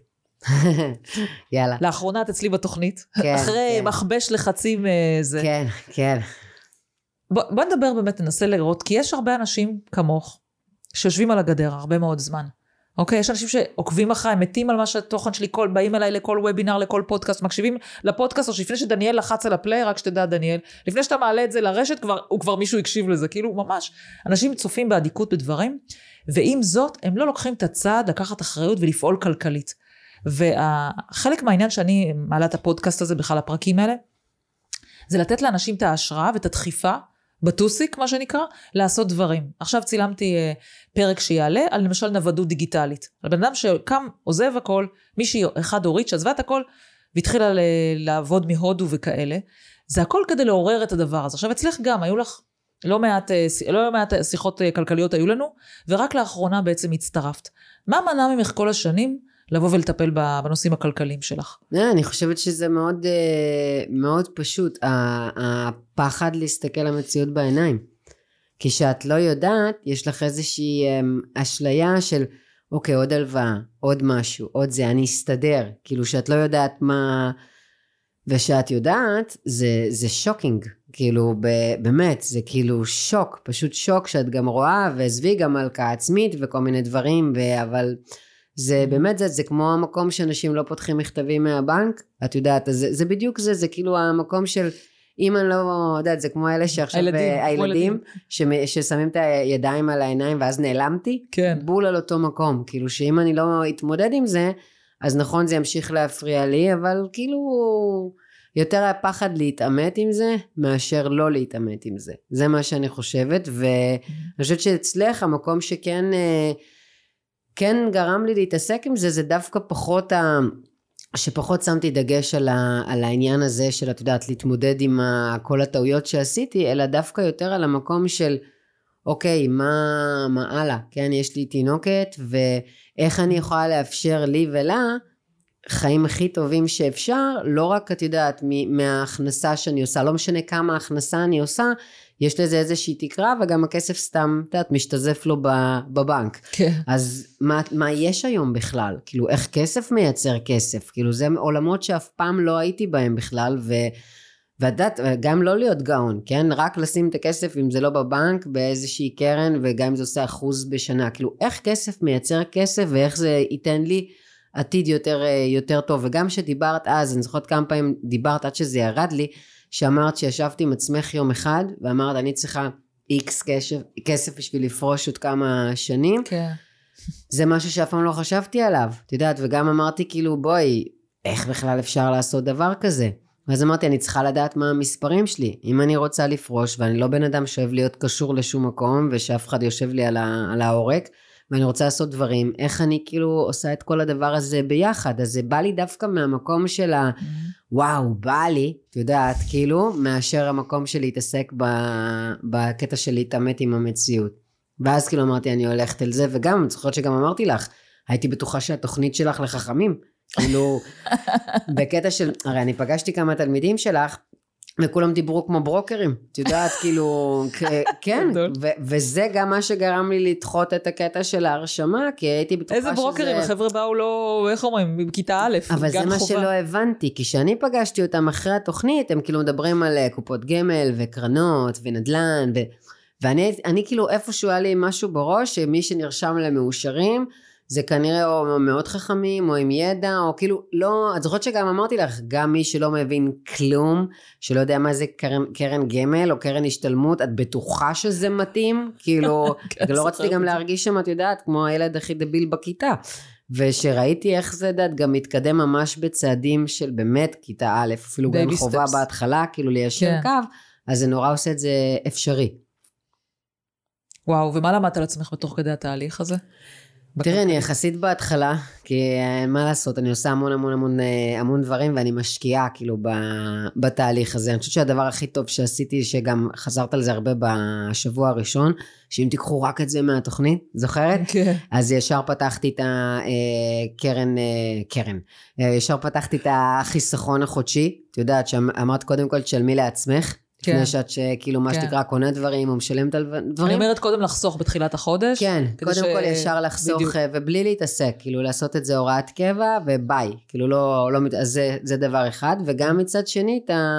יאללה. לאחרונה את אצלי בתוכנית, אחרי מחבש לחצים זה. כן, כן. בוא, בוא נדבר באמת, ננסה לראות, כי יש הרבה אנשים כמוך, שיושבים על הגדר הרבה מאוד זמן, אוקיי, יש אנשים שעוקבים אחריי, מתים על מה שהתוכן שלי, כל, באים אליי לכל וובינר, לכל פודקאסט, מקשיבים לפודקאסט, או שלפני שדניאל לחץ על הפליי, רק שתדע דניאל, לפני שאתה מעלה את זה לרשת, כבר, הוא כבר מישהו הקשיב לזה, כאילו ממש, אנשים צופים בעדיקות בדברים, ועם זאת, הם לא לוקחים את הצעד, לקחת אחריות ולפעול כלכלית. וחלק מהעניין שאני מעלה את הפודקאסט הזה, בכלל הפרקים האלה, זה לתת לאנשים את ההשראה ואת הדחיפה, בטוסיק, מה שנקרא, לעשות דברים. עכשיו צילמתי uh, פרק שיעלה, על למשל נוודות דיגיטלית. על בן אדם שקם, עוזב הכל, מישהי אחד הורית שעזבה את הכל, והתחילה ל- לעבוד מהודו וכאלה. זה הכל כדי לעורר את הדבר הזה. עכשיו אצלך גם, היו לך לא מעט, לא מעט שיחות כלכליות היו לנו, ורק לאחרונה בעצם הצטרפת. מה מנע ממך כל השנים לבוא ולטפל בנושאים הכלכליים שלך? אני חושבת שזה מאוד, מאוד פשוט, הפחד להסתכל למציאות בעיניים. כי שאת לא יודעת, יש לך איזושהי אשליה של, אוקיי, עוד הלוואה, עוד משהו, עוד זה, אני אסתדר. כאילו שאת לא יודעת מה, ושאת יודעת, זה, זה שוקינג. כאילו, באמת, זה כאילו שוק, פשוט שוק שאת גם רואה, ועזבי גם הלקאה עצמית וכל מיני דברים, אבל... זה באמת זה, זה כמו המקום שאנשים לא פותחים מכתבים מהבנק, את יודעת, זה, זה בדיוק זה, זה כאילו המקום של, אם אני לא יודעת, זה כמו אלה שעכשיו, הילדים, הילדים ש, ששמים את הידיים על העיניים ואז נעלמתי, כן. בול על אותו מקום, כאילו שאם אני לא אתמודד עם זה, אז נכון זה ימשיך להפריע לי, אבל כאילו יותר הפחד להתאמת עם זה, מאשר לא להתאמת עם זה, זה מה שאני חושבת, ואני חושבת שאצלך המקום שכן, כן גרם לי להתעסק עם זה, זה דווקא פחות, ה... שפחות שמתי דגש על, ה... על העניין הזה של, את יודעת, להתמודד עם ה... כל הטעויות שעשיתי, אלא דווקא יותר על המקום של, אוקיי, מה, מה הלאה? כן, יש לי תינוקת, ואיך אני יכולה לאפשר לי ולה, חיים הכי טובים שאפשר, לא רק, את יודעת, מההכנסה שאני עושה, לא משנה כמה הכנסה אני עושה, יש לזה איזושהי תקרה, וגם הכסף סתם, את יודעת, משתזף לו בבנק. כן. אז מה, מה יש היום בכלל? כאילו, איך כסף מייצר כסף? כאילו, זה עולמות שאף פעם לא הייתי בהם בכלל, ו... ועדת, גם לא להיות גאון, כן? רק לשים את הכסף, אם זה לא בבנק, באיזושהי קרן, וגם אם זה עושה אחוז בשנה. כאילו, איך כסף מייצר כסף, ואיך זה ייתן לי עתיד יותר, יותר טוב. וגם שדיברת אז, אני זוכרת כמה פעמים דיברת עד שזה ירד לי, שאמרת שישבתי עם עצמך יום אחד, ואמרת אני צריכה איקס כסף, כסף בשביל לפרוש עוד כמה שנים. כן. זה משהו שאף פעם לא חשבתי עליו, את יודעת, וגם אמרתי כאילו בואי, איך בכלל אפשר לעשות דבר כזה? ואז אמרתי אני צריכה לדעת מה המספרים שלי, אם אני רוצה לפרוש, ואני לא בן אדם שאוהב להיות קשור לשום מקום, ושאף אחד יושב לי על, ה, על העורק, ואני רוצה לעשות דברים, איך אני כאילו עושה את כל הדבר הזה ביחד, אז זה בא לי דווקא מהמקום של ה... וואו, בא לי, את יודעת, כאילו, מאשר המקום של להתעסק בקטע של להתאמת עם המציאות. ואז כאילו אמרתי, אני הולכת אל זה, וגם, אני זוכרת שגם אמרתי לך, הייתי בטוחה שהתוכנית שלך לחכמים, כאילו, בקטע של, הרי אני פגשתי כמה תלמידים שלך, וכולם דיברו כמו ברוקרים, את יודעת, כאילו, כן, וזה גם מה שגרם לי לדחות את הקטע של ההרשמה, כי הייתי בטוחה שזה... איזה ברוקרים, החבר'ה באו לא, איך אומרים, בכיתה א', אבל זה מה שלא הבנתי, כי שאני פגשתי אותם אחרי התוכנית, הם כאילו מדברים על קופות גמל, וקרנות, ונדלן, ואני אני כאילו איפשהו היה לי משהו בראש, שמי שנרשם למאושרים, זה כנראה או מאוד חכמים, או עם ידע, או כאילו לא, את זוכרת שגם אמרתי לך, גם מי שלא מבין כלום, שלא יודע מה זה קרן, קרן גמל, או קרן השתלמות, את בטוחה שזה מתאים? כאילו, לא רציתי גם להרגיש שם, את יודעת, כמו הילד הכי דביל בכיתה, ושראיתי איך זה דעת, גם מתקדם ממש בצעדים של באמת כיתה א', אפילו גם חובה בהתחלה, כאילו ליישר קו, אז זה נורא עושה את זה אפשרי. וואו, ומה למדת על עצמך בתוך כדי התהליך הזה? תראה, אני יחסית בהתחלה, כי מה לעשות, אני עושה המון המון המון המון דברים, ואני משקיעה כאילו בתהליך הזה. אני חושבת שהדבר הכי טוב שעשיתי, שגם חזרת על זה הרבה בשבוע הראשון, שאם תיקחו רק את זה מהתוכנית, זוכרת? כן. אז ישר פתחתי את הקרן, קרן, ישר פתחתי את החיסכון החודשי, את יודעת, שאמרת קודם כל תשלמי לעצמך, לפני שאת שכאילו מה שתקרא קונה דברים, או משלמת על דברים. אני אומרת קודם לחסוך בתחילת החודש. כן, קודם כל ישר לחסוך, ובלי להתעסק, כאילו לעשות את זה הוראת קבע, וביי, כאילו לא, אז זה דבר אחד, וגם מצד שני,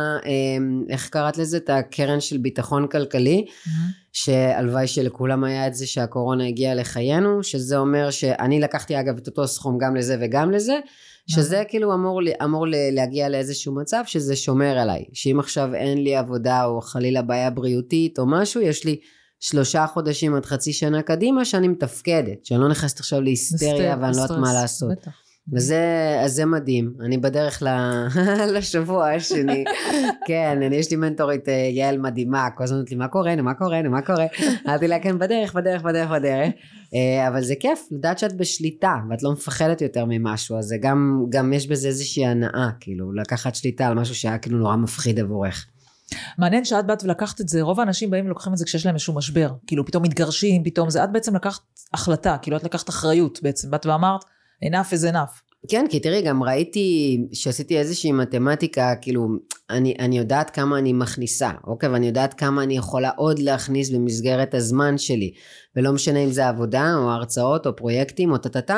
איך קראת לזה, את הקרן של ביטחון כלכלי, שהלוואי שלכולם היה את זה שהקורונה הגיעה לחיינו, שזה אומר שאני לקחתי אגב את אותו סכום גם לזה וגם לזה, שזה כאילו אמור, אמור להגיע לאיזשהו מצב שזה שומר עליי, שאם עכשיו אין לי עבודה או חלילה בעיה בריאותית או משהו, יש לי שלושה חודשים עד חצי שנה קדימה שאני מתפקדת, שאני לא נכנסת עכשיו להיסטריה ואני לא יודעת מה לעשות. בטח. וזה, אז זה מדהים, אני בדרך לשבוע השני, כן, אני יש לי מנטורית יעל מדהימה, כל הזמן לי מה קורה, מה קורה, מה קורה, אמרתי לה כן בדרך, בדרך, בדרך, בדרך, אבל זה כיף, לדעת שאת בשליטה, ואת לא מפחדת יותר ממשהו, אז גם, גם יש בזה איזושהי הנאה, כאילו, לקחת שליטה על משהו שהיה כאילו נורא מפחיד עבורך. מעניין שאת באת ולקחת את זה, רוב האנשים באים ולוקחים את זה כשיש להם איזשהו משבר, כאילו פתאום מתגרשים, פתאום זה, את בעצם לקחת החלטה, כאילו את לקחת אחריות בעצם, באת ואמרת, enough is enough. כן, כי תראי, גם ראיתי שעשיתי איזושהי מתמטיקה, כאילו, אני, אני יודעת כמה אני מכניסה, אוקיי? ואני יודעת כמה אני יכולה עוד להכניס במסגרת הזמן שלי, ולא משנה אם זה עבודה, או הרצאות, או פרויקטים, או טטטה,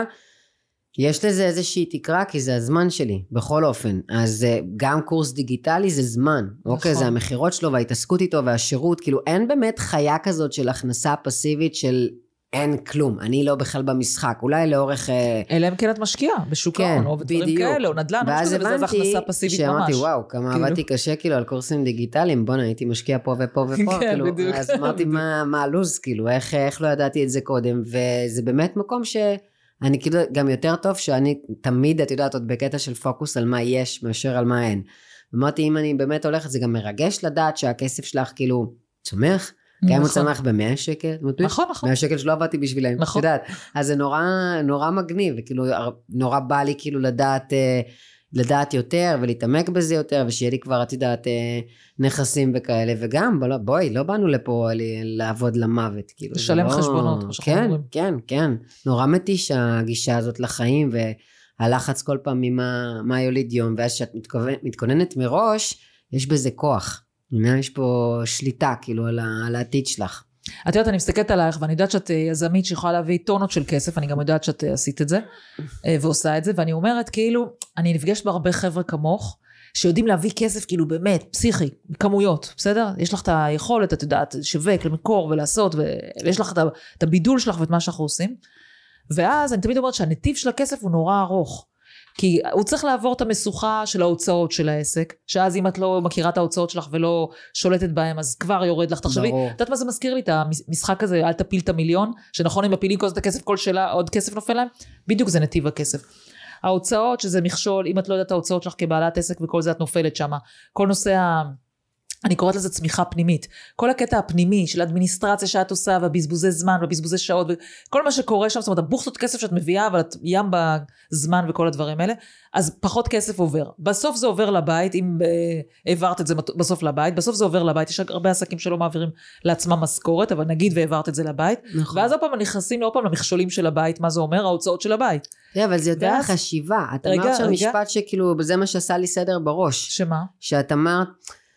יש לזה איזושהי תקרה, כי זה הזמן שלי, בכל אופן. אז גם קורס דיגיטלי זה זמן, אוקיי? זה המחירות שלו, וההתעסקות איתו, והשירות, כאילו, אין באמת חיה כזאת של הכנסה פסיבית של אין כלום, אני לא בכלל במשחק, אולי לאורך... אלא אם כן את משקיעה, בשוק ההון, או בדברים כאלה, או נדל"ן, ואז הבנתי, שאמרתי, וואו, כמה עבדתי קשה כאילו על קורסים דיגיטליים, בונה, הייתי משקיע פה ופה ופה, כאילו, אז אמרתי, מה הלוז, כאילו, איך לא ידעתי את זה קודם, וזה באמת מקום שאני כאילו, גם יותר טוב, שאני תמיד, את יודעת, עוד בקטע של פוקוס על מה יש, מאשר על מה אין. אמרתי, אם אני באמת הולכת, זה גם מרגש לדעת שהכסף שלך כאילו צומח, גם הוא צמח ב-מאה שקל, נכון, נכון. מאה שקל שלא עבדתי בשבילהם, נכון. אז זה נורא, נורא מגניב, וכאילו, נורא בא לי כאילו לדעת, לדעת יותר, ולהתעמק בזה יותר, ושיהיה לי כבר, את יודעת, נכסים וכאלה, וגם, בואי, לא באנו לפה לעבוד למוות, כאילו. לשלם חשבונות. כן, כן, כן, נורא מתיש הגישה הזאת לחיים, והלחץ כל פעם ממה יוליד יום, ואז שאת מתכוננת מראש, יש בזה כוח. יש פה שליטה, כאילו, על, על העתיד שלך. את יודעת, אני מסתכלת עלייך, ואני יודעת שאת יזמית שיכולה להביא טונות של כסף, אני גם יודעת שאת עשית את זה, ועושה את זה, ואני אומרת, כאילו, אני נפגשת בהרבה חבר'ה כמוך, שיודעים להביא כסף, כאילו, באמת, פסיכי, כמויות, בסדר? יש לך את היכולת, את יודעת, שווק, למקור ולעשות, ויש לך את הבידול שלך ואת מה שאנחנו עושים, ואז אני תמיד אומרת שהנתיב של הכסף הוא נורא ארוך, כי הוא צריך לעבור את המשוכה של ההוצאות של העסק, שאז אם את לא מכירה את ההוצאות שלך ולא שולטת בהם, אז כבר יורד לך, תחשבי, את יודעת מה זה מזכיר לי, את המשחק הזה, אל תפיל את המיליון, שנכון אם מפילים כל זאת הכסף, כל שאלה, עוד כסף נופל להם, בדיוק זה נתיב הכסף. ההוצאות שזה מכשול, אם את לא יודעת את ההוצאות שלך כבעלת עסק וכל זה את נופלת שמה, כל נושא ה... אני קוראת לזה צמיחה פנימית. כל הקטע הפנימי של האדמיניסטרציה שאת עושה, והבזבוזי זמן, והבזבוזי שעות, וכל מה שקורה שם, זאת אומרת, הבוכסות כסף שאת מביאה, אבל את ים בזמן וכל הדברים האלה, אז פחות כסף עובר. בסוף זה עובר לבית, אם העברת את זה בסוף לבית, בסוף זה עובר לבית, יש הרבה עסקים שלא מעבירים לעצמם משכורת, אבל נגיד והעברת את זה לבית, נכון. ואז עוד פעם נכנסים לעוד פעם למכשולים של הבית, מה זה אומר? ההוצאות של הבית. כן, אבל זה יותר החשיבה. את אמרת שם משפט שכאילו, זה מה שעשה לי סדר בראש. שמה? שאת אמרת,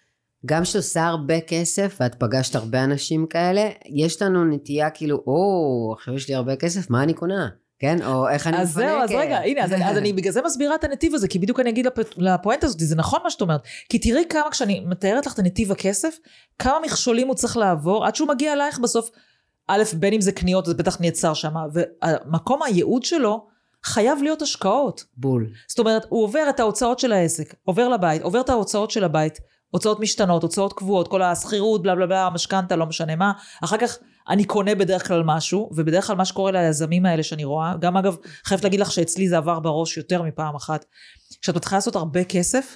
גם שעושה הרבה כסף, ואת פגשת הרבה אנשים כאלה, יש לנו נטייה כאילו, או, עכשיו יש לי הרבה כסף, מה אני קונה? כן? או איך אני מפנקת? אז זהו, אז רגע, הנה, אז, אז אני בגלל זה מסבירה את הנתיב הזה, כי בדיוק אני אגיד לפואנט הזאת, זה נכון מה שאת אומרת, כי תראי כמה, כשאני מתארת לך את הנתיב הכסף, כמה מכשולים הוא צריך לעבור, עד שהוא מגיע אלייך בסוף, א', בין אם זה קניות, זה בטח נעצר שם, והמקום הייעוד שלו, חייב להיות השקעות. בול. זאת אומרת, הוא עובר את ההוצאות של העסק, עובר לבית, עובר את ההוצאות של הבית, הוצאות משתנות, הוצאות קבועות, כל הסחירות, בלה בלה בלה, המשכנתה, לא משנה מה. אחר כך אני קונה בדרך כלל משהו, ובדרך כלל מה שקורה ליזמים האלה שאני רואה, גם אגב, חייבת להגיד לך שאצלי זה עבר בראש יותר מפעם אחת, כשאת מתחילה לעשות הרבה כסף,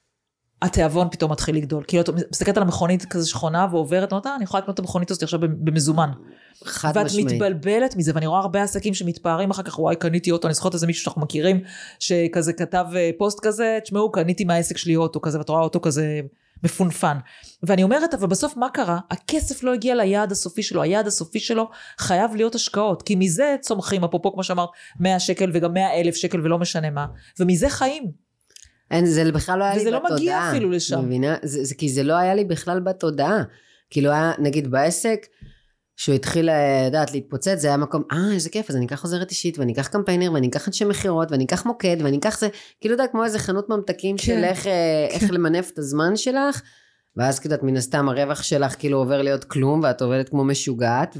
התיאבון פתאום מתחיל לגדול. כאילו, את מסתכלת על המכונית כזה שכונה ועוברת, נותה, אני יכולה לקנות את המכונית הזאת עכשיו במזומן. חד ואת משמעית. מתבלבלת מזה, ואני רואה הרבה עסקים שמתפארים אחר כך, וואי, קניתי אוטו, אני זוכרת איזה מישהו שאנחנו מכירים, שכזה כתב פוסט כזה, תשמעו, קניתי מהעסק שלי אוטו כזה, ואת רואה אוטו כזה מפונפן. ואני אומרת, אבל בסוף מה קרה? הכסף לא הגיע ליעד הסופי שלו, היעד הסופי שלו חייב להיות השקעות, כי מזה צומחים, אפרופו כמו שאמרת, מאה שקל וגם מאה אלף שקל ולא משנה מה, ומזה חיים. אין, זה בכלל לא היה לי בתודעה. וזה לא מגיע אפילו לשם. מבינה? זה, זה, כי זה לא היה לי בכלל בתודעה. כאילו היה, נגיד בעסק, שהוא התחיל לדעת להתפוצץ, זה היה מקום, אה, איזה כיף, אז אני אקח עוזרת אישית, ואני אקח קמפיינר, ואני אקח אנשי מחירות, ואני אקח מוקד, ואני אקח זה, כאילו יודע, כמו איזה חנות ממתקים כן. של איך, איך למנף את הזמן שלך, ואז כאילו, מן הסתם, הרווח שלך כאילו עובר להיות כלום, ואת עובדת כמו משוגעת,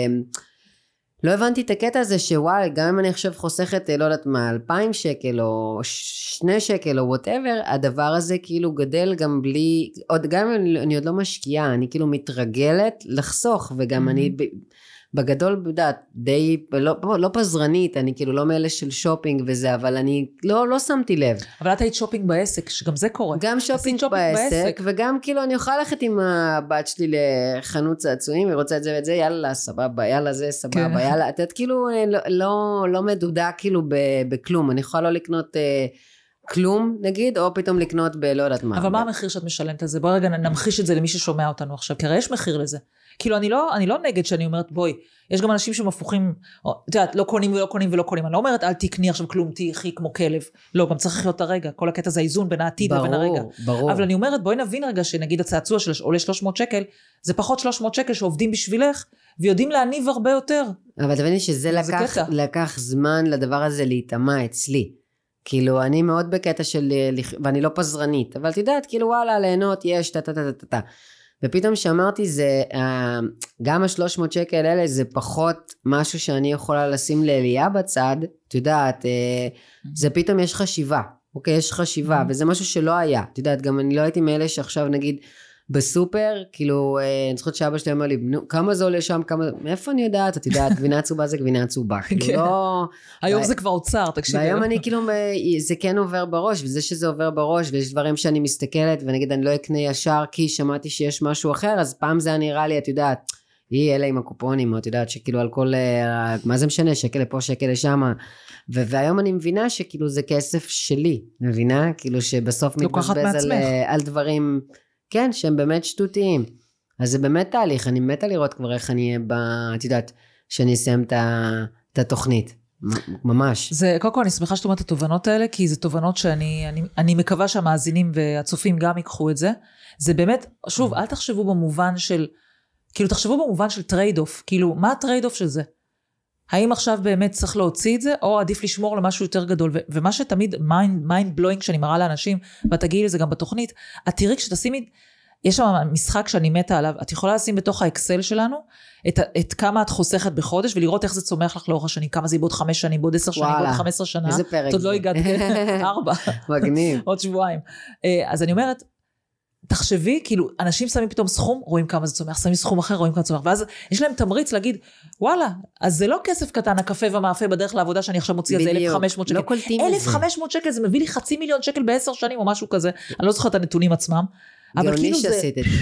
ולא הבנתי את הקטע הזה, שוואי, גם אם אני עכשיו חוסכת, לא יודעת מה, אלפיים שקל, או שני שקל, או whatever, הדבר הזה כאילו גדל גם בלי, עוד גם אם אני, אני עוד לא משקיעה, אני כאילו מתרגלת לחסוך, וגם mm-hmm. אני בגדול, בדעת, די, לא, לא פזרנית, אני כאילו לא מאלה של שופינג וזה, אבל אני לא, לא שמתי לב. אבל את היית שופינג בעסק, שגם זה קורה. גם שופינג, שופינג בעסק, בעסק, וגם כאילו אני אוכל ללכת עם הבת שלי לחנות צעצועים, היא רוצה את זה ואת זה, יאללה, סבבה, יאללה, זה סבבה, כן. יאללה, את כאילו לא, לא, לא מדודה כאילו בכלום, אני יכולה לא לקנות אה, כלום, נגיד, או פתאום לקנות בלא יודעת מה. אבל מה המחיר שאת משלמת על זה? בואי רגע נמחיש את זה למי ששומע אותנו עכשיו, כי הרי יש מחיר לזה. כאילו אני לא, אני לא נגד שאני אומרת בואי, יש גם אנשים שמפוחים, את יודעת, לא קונים ולא קונים ולא קונים, אני לא אומרת אל תקני עכשיו כלום, תהי כמו כלב, לא, גם צריך לחיות את הרגע, כל הקטע זה האיזון בין העתיד ובין הרגע. ברור. אבל אני אומרת בואי נבין רגע שנגיד הצעצוע של עולה שלוש מאות שקל, זה פחות שלוש מאות שקל שעובדים בשבילך, ויודעים להניב הרבה יותר. אבל תביני שזה לקח, לקח זמן לדבר הזה להיטמע אצלי. כאילו אני מאוד בקטע של, ואני לא פזרנית, אבל תדעת, כאילו וואלה, ליהנות יש, תה, תה, תה, תה, תה. ופתאום שאמרתי, זה, גם ה-שלוש מאות שקל האלה, זה פחות משהו שאני יכולה לשים לאליה בצד, את יודעת, זה פתאום יש חשיבה, אוקיי, יש חשיבה, וזה משהו שלא היה, את יודעת, גם אני לא הייתי מאלה שעכשיו נגיד, בסופר, כאילו, אני זוכרת שאבא שלי אמר לי, כמה זה עולה שם, כמה, מאיפה אני יודעת, את יודעת, גבינה עצובה זה גבינה עצובה, כאילו לא... היום זה כבר אוצר, תקשיבי. והיום אני כאילו, זה כן עובר בראש, וזה שזה עובר בראש, ויש דברים שאני מסתכלת, ונגיד אני לא אקנה ישר, כי שמעתי שיש משהו אחר, אז פעם זה נראה לי, את יודעת, היא אלה עם הקופונים, את יודעת, שכאילו על כל, מה זה משנה, שקל לפה, שקל לשם, והיום אני מבינה שכאילו זה כסף שלי, מבינה? כאילו שבסוף מתבזבז על, על דברים... כן, שהם באמת שטותיים. אז זה באמת תהליך, אני מתה לראות כבר איך אני אהיה, את יודעת, שאני אסיים את התוכנית. ממש. זה, קודם כל, אני שמחה שאת אומרת את התובנות האלה, כי זה תובנות שאני אני, אני מקווה שהמאזינים והצופים גם ייקחו את זה. זה באמת, שוב, אל תחשבו במובן של, כאילו תחשבו במובן של טרייד אוף, כאילו, מה הטרייד אוף של זה? האם עכשיו באמת צריך להוציא את זה, או עדיף לשמור למשהו יותר גדול, ו- ומה שתמיד mind, mind blowing שאני מראה לאנשים, ואת תגיעי לזה גם בתוכנית, את תראי כשתשימי, יש שם משחק שאני מתה עליו, את יכולה לשים בתוך האקסל שלנו, את, את כמה את חוסכת בחודש, ולראות איך זה צומח לך לאורך השנים, כמה זה בעוד חמש שנים, בעוד עשר שנים, בעוד חמש עשרה שנה, איזה פרק עוד לא הגעת ארבע, מגניב. עוד שבועיים. אז אני אומרת, תחשבי, כאילו, אנשים שמים פתאום סכום, רואים כמה זה צומח, שמים סכום אחר, רואים כמה זה צומח, ואז יש להם תמריץ להגיד, וואלה, אז זה לא כסף קטן, הקפה והמאפה בדרך לעבודה, שאני עכשיו מוציא על זה אלף וחמש מאות שקל. לא קולטים את זה. אלף וחמש מאות שקל, זה מביא לי חצי מיליון שקל בעשר שנים, או משהו כזה. אני לא זוכרת את הנתונים עצמם. אבל כאילו זה...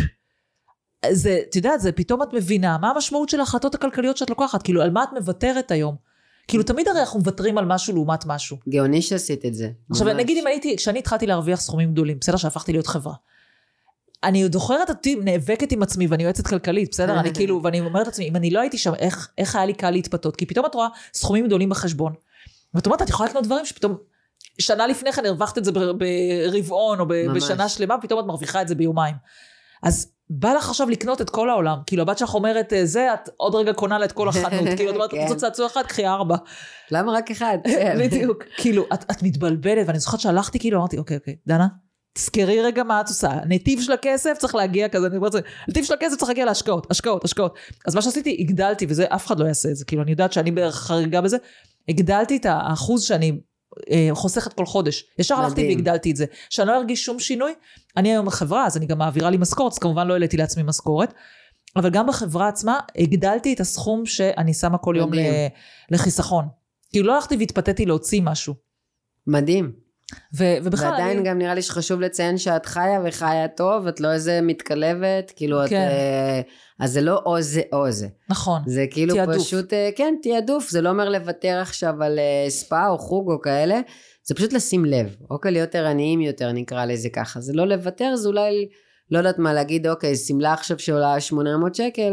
זה, אתה יודע, זה פתאום את מבינה, מה המשמעות של ההחלטות הכלכליות שאת לוקחת? כאילו, על מה את מוותרת היום? כאילו, תמיד הרי אנחנו מוותרים על משהו לעומת משהו. גאוני שעשית את זה. עכשיו, נגיד אם הייתי, כשאני התחלתי להרוויח סכומים גדולים, בסדר שהפכתי להיות חברה. אני זוכרת אותי, נאבקת עם עצמי, ואני יועצת כלכלית, בסדר? אני כאילו, ואני אומרת לעצמי, אם אני לא הייתי שם, איך, איך היה לי קל להתפתות? כי פתאום את רואה סכומים גדולים בחשבון. ואת אומרת, את יכולה לקנות דברים שפתאום, שנה לפני כן הרווחת את זה ברבעון, או בשנה שלמה, פתאום את מרוויחה את זה ביומיים. אז בא לך עכשיו לקנות את כל העולם. כאילו, הבת שלך אומרת, זה, את עוד רגע קונה לה את כל החנות. כאילו, את אומרת, זאת צעצוע אחד, קחי ארבע. למה רק אחד? בדיוק. כאילו, את מתבלבלת, ואני זוכרת שהלכתי, כאילו, אמרתי, אוקיי, אוקיי, דנה, תזכרי רגע מה את עושה. נתיב של הכסף צריך להגיע כזה, נתיב של הכסף צריך להגיע להשקעות, השקעות, השקעות. אז מה שעשיתי, הגדלתי, וזה, אף אחד לא יעשה את זה. כאילו, אני יודעת שאני בערך חריגה בזה. הגדלתי את האחוז שאני חוסכת כל חודש. ישר הלכתי והגדלתי את זה. שאני לא ארגיש שום שינוי. אני היום בחברה, אז אני גם מעבירה לי משכורת, אז כמובן לא העליתי לעצמי משכורת. אבל גם בחברה עצמה, הגדלתי את הסכום שאני שמה כל יום לחיסכון. כאילו, לא הלכתי והתפתיתי להוציא משהו. מדהים. ו- ובכלל ועדיין אני... גם נראה לי שחשוב לציין שאת חיה וחיה טוב, את לא איזה מתקלבת, כאילו כן. את, אז זה לא או זה או זה. נכון. זה כאילו תיעדוף. פשוט, כן, תיעדוף, זה לא אומר לוותר עכשיו על ספא או חוג או כאלה, זה פשוט לשים לב, אוקיי, להיות ערניים יותר נקרא לזה ככה, זה לא לוותר, זה אולי לא יודעת מה להגיד, אוקיי, סמלה עכשיו שעולה שמונה מאות שקל,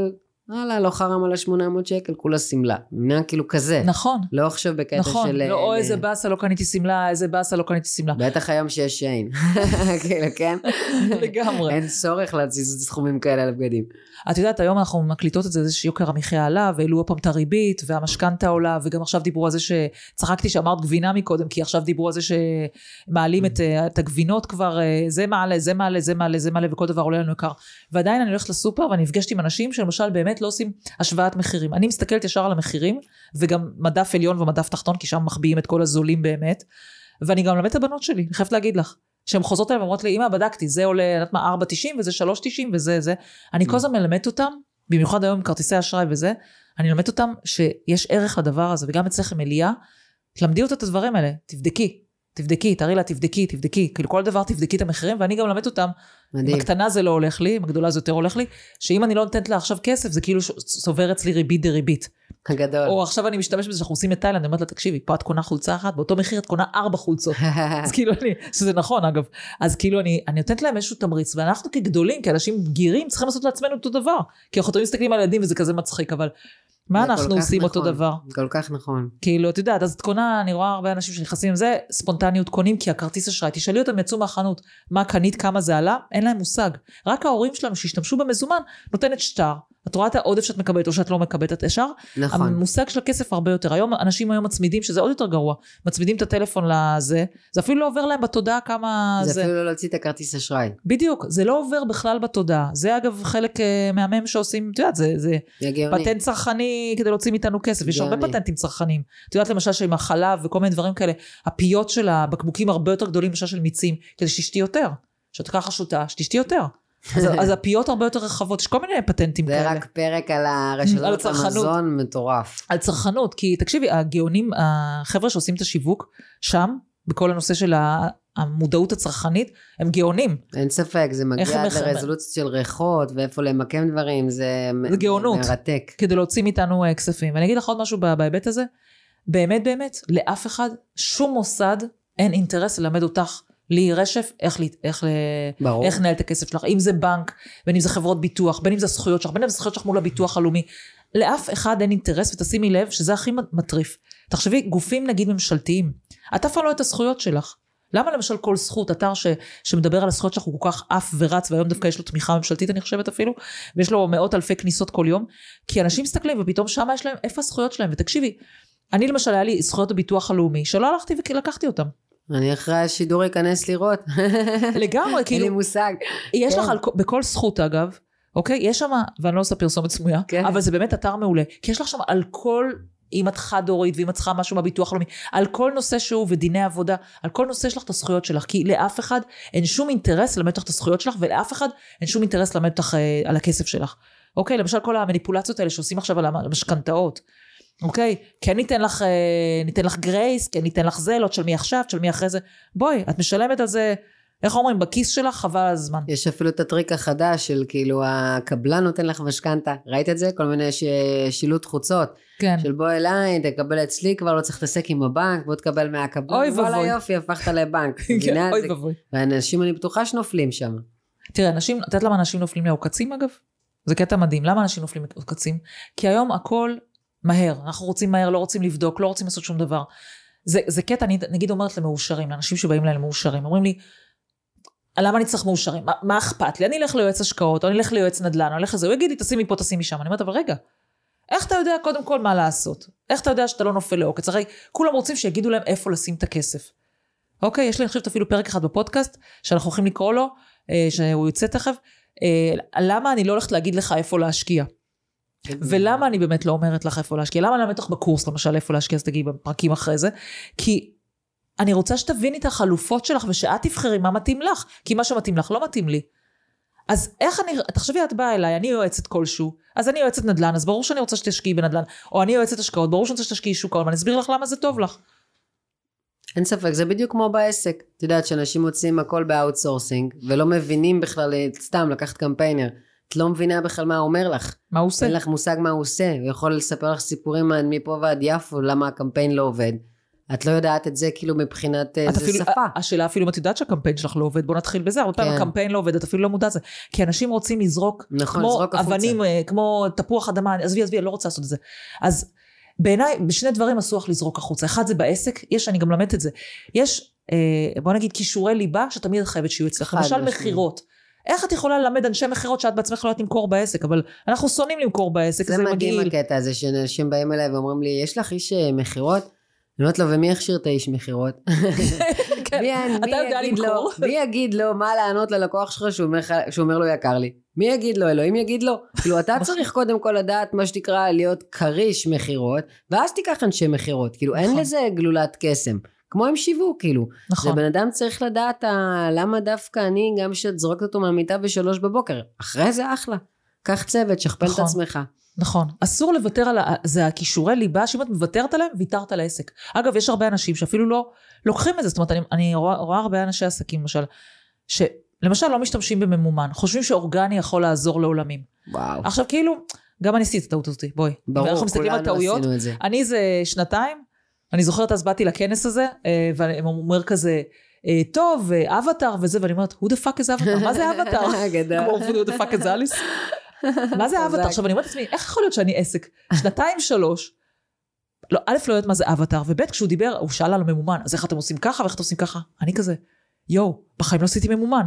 וואלה, לא חרם על ה-שמונה מאות שקל, כולה סמלה. מבינה כאילו כזה. נכון. לא עכשיו בקטע נכון. של... לא, או איזה באסה לא קניתי סמלה, איזה באסה לא קניתי סמלה. בטח היום שיש שיין. כאילו, כן? לגמרי. אין צורך להציז סכומים כאלה על בגדים. את יודעת, היום אנחנו מקליטות את זה, זה שיוקר המחיה עלה, והעלו הפעם את הריבית, והמשכנתא עולה, וגם עכשיו דיברו על זה שצחקתי שאמרת גבינה מקודם, כי עכשיו דיברו על זה שמעלים את, את הגבינות כבר, זה מעלה, זה מעלה, זה מעלה, זה מעלה, וכל דבר עולה לנו יקר. ועדיין אני הולכת לסופר, ואני נפגשת עם אנשים שלמשל באמת לא עושים השוואת מחירים. אני מסתכלת ישר על המחירים, וגם מדף עליון ומדף תחתון, כי שם מחביאים את כל הזולים באמת, ואני גם למד את הבנות שלי, אני חייבת להגיד לך. שהן חוזרות אליהם ואומרות לי, אמא, בדקתי, זה עולה, נתת מה, ארבע תשעים וזה שלוש תשעים וזה, זה. אני כל הזמן מלמדת אותם, במיוחד היום עם כרטיסי אשראי וזה, אני מלמדת אותם שיש ערך לדבר הזה, וגם אצלכם אליה, תלמדי אותה את הדברים האלה, תבדקי, תבדקי, תראי לה, תבדקי, תבדקי, כאילו כל דבר תבדקי את המחירים, ואני גם למדת אותם, אם הקטנה זה לא הולך לי, אם הגדולה זה יותר הולך לי, שאם אני לא נותנת לה עכשיו כסף, זה כאילו סובר אצלי ריבית דריבית. הגדול. או עכשיו אני משתמש בזה שאנחנו עושים את תאילנד, אני אומרת לה, תקשיבי, פה את קונה חולצה אחת, באותו מחיר את קונה ארבע חולצות. אז כאילו אני, שזה נכון אגב, אז כאילו אני, אני נותנת להם איזשהו תמריץ, ואנחנו כגדולים, כאנשים בגירים, צריכים לעשות לעצמנו אותו דבר, כי אנחנו תמיד מסתכלים על ילדים וזה כזה מצחיק, אבל מה אנחנו עושים אותו דבר? כל כך נכון. כאילו, את יודעת, אז את קונה, אני רואה הרבה אנשים שנכנסים עם זה, ספונטניות קונים, כי הכרטיס אשראי, תשאלי אותם, יצאו מהחנות, מה קנית, כמה זה עלה, אין להם מושג. רק ההורים שלנו שהשתמשו במזומן, נותנת שטר. את רואה את העודף שאת מקבלת, או שאת לא מקבלת את השאר. נכון. המושג של הכסף הרבה יותר. היום, אנשים היום מצמידים, שזה עוד יותר גרוע, מצמידים את הטלפון לזה, זה אפילו לא עובר להם בתודעה כמה זה. זה. זה אפילו לא להוציא את הכרטיס אשראי. בדיוק, זה לא עובר בכלל בתודעה. זה אגב חלק מהמם שעושים, את יודעת, זה, זה פטנט צרכני כדי להוציא מאיתנו כסף. יש הרבה פטנטים צרכניים. את יודעת למשל שעם החלב וכל מיני דברים כאלה, הפיות של הבקבוקים הרבה יותר גדולים, למשל של מיצים, כדי שתשתי יותר. שאת ככה שותה, שתשתי יותר. אז, אז הפיות הרבה יותר רחבות, יש כל מיני פטנטים זה כאלה. זה רק פרק על הרשתות המזון מטורף. על צרכנות, כי תקשיבי, הגאונים, החבר'ה שעושים את השיווק, שם, בכל הנושא של המודעות הצרכנית, הם גאונים. אין ספק, זה מגיע לרזולוציות של ריחות, ואיפה למקם דברים, זה, זה גאונות, מרתק. כדי להוציא מאיתנו כספים. ואני אגיד לך עוד משהו בהיבט הזה, באמת באמת, לאף אחד, שום מוסד, אין אינטרס ללמד אותך, לי רשף, איך, איך, איך נהל את הכסף שלך, אם זה בנק, בין אם זה חברות ביטוח, בין אם זה זכויות שלך, בין אם זה זכויות שלך מול הביטוח הלאומי, לאף אחד אין אינטרס, ותשימי לב שזה הכי מטריף. תחשבי, גופים נגיד ממשלתיים, את אף פעם לא את הזכויות שלך. למה למשל כל זכות, אתר ש, שמדבר על הזכויות שלך הוא כל כך אף ורץ, והיום דווקא יש לו תמיכה ממשלתית, אני חושבת אפילו, ויש לו מאות אלפי כניסות כל יום, כי אנשים מסתכלים, ופתאום שמה יש להם, איפה הזכויות שלהם? ותקשיבי, אני למשל היה לי זכויות הביטוח הלאומי, שלא הלכתי ולקחתי אותם. אני אחרי השידור ייכנס לראות. לגמרי, כאילו. אין לי מושג. יש לך בכל זכות אגב, אוקיי? יש שם, ואני לא עושה פרסומת סמויה, אבל זה באמת אתר מעולה, כי יש לך שם על כל, אם את חד הורית, ואם את צריכה משהו מהביטוח הלאומי, על כל נושא שהוא ודיני עבודה, על כל נושא שלך את הזכויות שלך, כי לאף אחד אין שום אינטרס ללמד אותך את הזכויות שלך, ולאף אחד אין שום אינטרס ללמד אותך על הכסף שלך. אוקיי? למשל כל המניפולציות האלה שעושים עכשיו על המשכנתאות. אוקיי, כן ניתן לך, ניתן לך גרייס, כן ניתן לך זה, לא תשלמי עכשיו, תשלמי אחרי זה. בואי, את משלמת על זה, איך אומרים, בכיס שלך, חבל על הזמן. יש אפילו את הטריק החדש של כאילו, הקבלן נותן לך משכנתה. ראית את זה? כל מיני שילוט חוצות. כן. של בוא אליי, תקבל אצלי, כבר לא צריך להתעסק עם הבנק, בוא תקבל מהקבלן. אוי ובוי. וואלה יופי, הפכת לבנק. כן, אוי ובוי. והאנשים אני בטוחה שנופלים שם. תראה, אנשים, את יודעת למה אנשים נופלים לעוקצים אגב? זה קטע מדהים. למה אנשים נופלים לעוקצים? כי היום הכל מהר, אנחנו רוצים מהר, לא רוצים לבדוק, לא רוצים לעשות שום דבר. זה, זה קטע, אני נגיד אומרת למאושרים, לאנשים שבאים להם למאושרים, אומרים לי, למה אני צריך מאושרים? מה, מה אכפת לי? אני אלך ליועץ השקעות, או אני אלך ליועץ נדל"ן, או אני אלך לזה, הוא יגיד לי, תשימי פה, תשימי שם. אני אומרת, אבל רגע, איך אתה יודע קודם כל מה לעשות? איך אתה יודע שאתה לא נופל לעוקץ? הרי כולם רוצים שיגידו להם איפה לשים את הכסף. אוקיי, יש לי, אני חושבת, אפילו פרק אחד בפודקאסט, שאנחנו הולכים לקרוא לו, שהוא יוצא תכף, למה אני לא הולכת להגיד לך איפה להשקיע? ולמה אני באמת לא אומרת לך איפה להשקיע? למה אני לא מתוך בקורס, למשל, איפה להשקיע, אז תגיעי בפרקים אחרי זה? כי אני רוצה שתביני את החלופות שלך, ושאת תבחרי מה מתאים לך, כי מה שמתאים לך לא מתאים לי. אז איך אני, תחשבי, את באה אליי, אני יועצת כלשהו, אז אני יועצת נדל"ן, אז ברור שאני רוצה שתשקיעי בנדל"ן, או אני יועצת השקעות, ברור שאני רוצה שתשקיעי שוק ההון, ואני אסביר לך למה זה טוב לך. אין ספק, זה בדיוק כמו בעסק. את יודעת שאנשים מוצאים הכל באוטסורסינג, ולא מבינים בכלל, סתם לקחת קמפיינר, את לא מבינה בכלל מה הוא אומר לך. מה הוא עושה? אין לך מושג מה הוא עושה, הוא יכול לספר לך סיפורים מפה ועד יפו, למה הקמפיין לא עובד. את לא יודעת את זה כאילו מבחינת זה אפילו, שפה. השאלה אפילו אם את יודעת שהקמפיין שלך לא עובד, בוא נתחיל בזה, הרבה פעמים הקמפיין לא עובד, את אפילו לא מודעת זה, כי אנשים רוצים לזרוק, נכון, כמו לזרוק אבנים, כמו תפוח אדמה, עזבי, עזבי, אני לא רוצה לעשות את זה. אז בעיניי, בשני דברים אסור לזרוק החוצה. אחד זה בעסק, יש, אני גם למדת את זה. יש, בוא נגיד, כישורי ליבה, שתמיד את חייבת שיהיו אצלך. למשל, מחירות. איך את יכולה ללמד אנשי מחירות שאת בעצמך לא יודעת למכור בעסק, אבל אנחנו שונאים למכור בעסק, זה מדהים הקטע הזה, שאנשים באים אליי ואומרים לי, יש לך איש מחירות? אני אומרת לו, ומי יכשיר את האיש מחירות? מי יגיד לו מה לענות ללקוח שלך שהוא אומר לו יקר לי? מי יגיד לו? אלוהים יגיד לו? כאילו אתה צריך קודם כל לדעת מה שתקרא להיות קריש מחירות, ואז תיקח אנשי מחירות, כאילו אין לזה גלולת קסם. כמו עם שיווק, כאילו. נכון. זה בן אדם צריך לדעת למה דווקא אני, גם שאת זורקת אותו מהמיטה בשלוש בבוקר. אחרי זה אחלה. קח צוות, שכפל נכון. את עצמך. נכון. אסור לוותר על, זה הכישורי ליבה, שאם את מוותרת עליהם, ויתרת על העסק. אגב, יש הרבה אנשים שאפילו לא לוקחים את זה, זאת אומרת, אני, אני רואה, רואה הרבה אנשי עסקים, למשל, שלמשל לא משתמשים בממומן, חושבים שאורגני יכול לעזור לעולמים. וואו. עכשיו, כאילו, גם אני עשיתי את הטעות הזאת, בואי. ברור, כולנו עשינו את זה. אני זה שנתיים, אני זוכרת, אז באתי לכנס הזה, והם אומר כזה, טוב, אבטר וזה, ואני אומרת, who the fuck is אבטר? מה זה אבטר? כמו who the fuck is אליס? מה זה אבטר? עכשיו אני אומרת לעצמי, איך יכול להיות שאני עסק? שנתיים שלוש, לא, א' לא יודעת מה זה אבטר, וב' כשהוא דיבר, הוא שאל על הממומן, אז איך אתם עושים ככה, ואיך אתם עושים ככה? אני כזה, יו, בחיים לא עשיתי ממומן.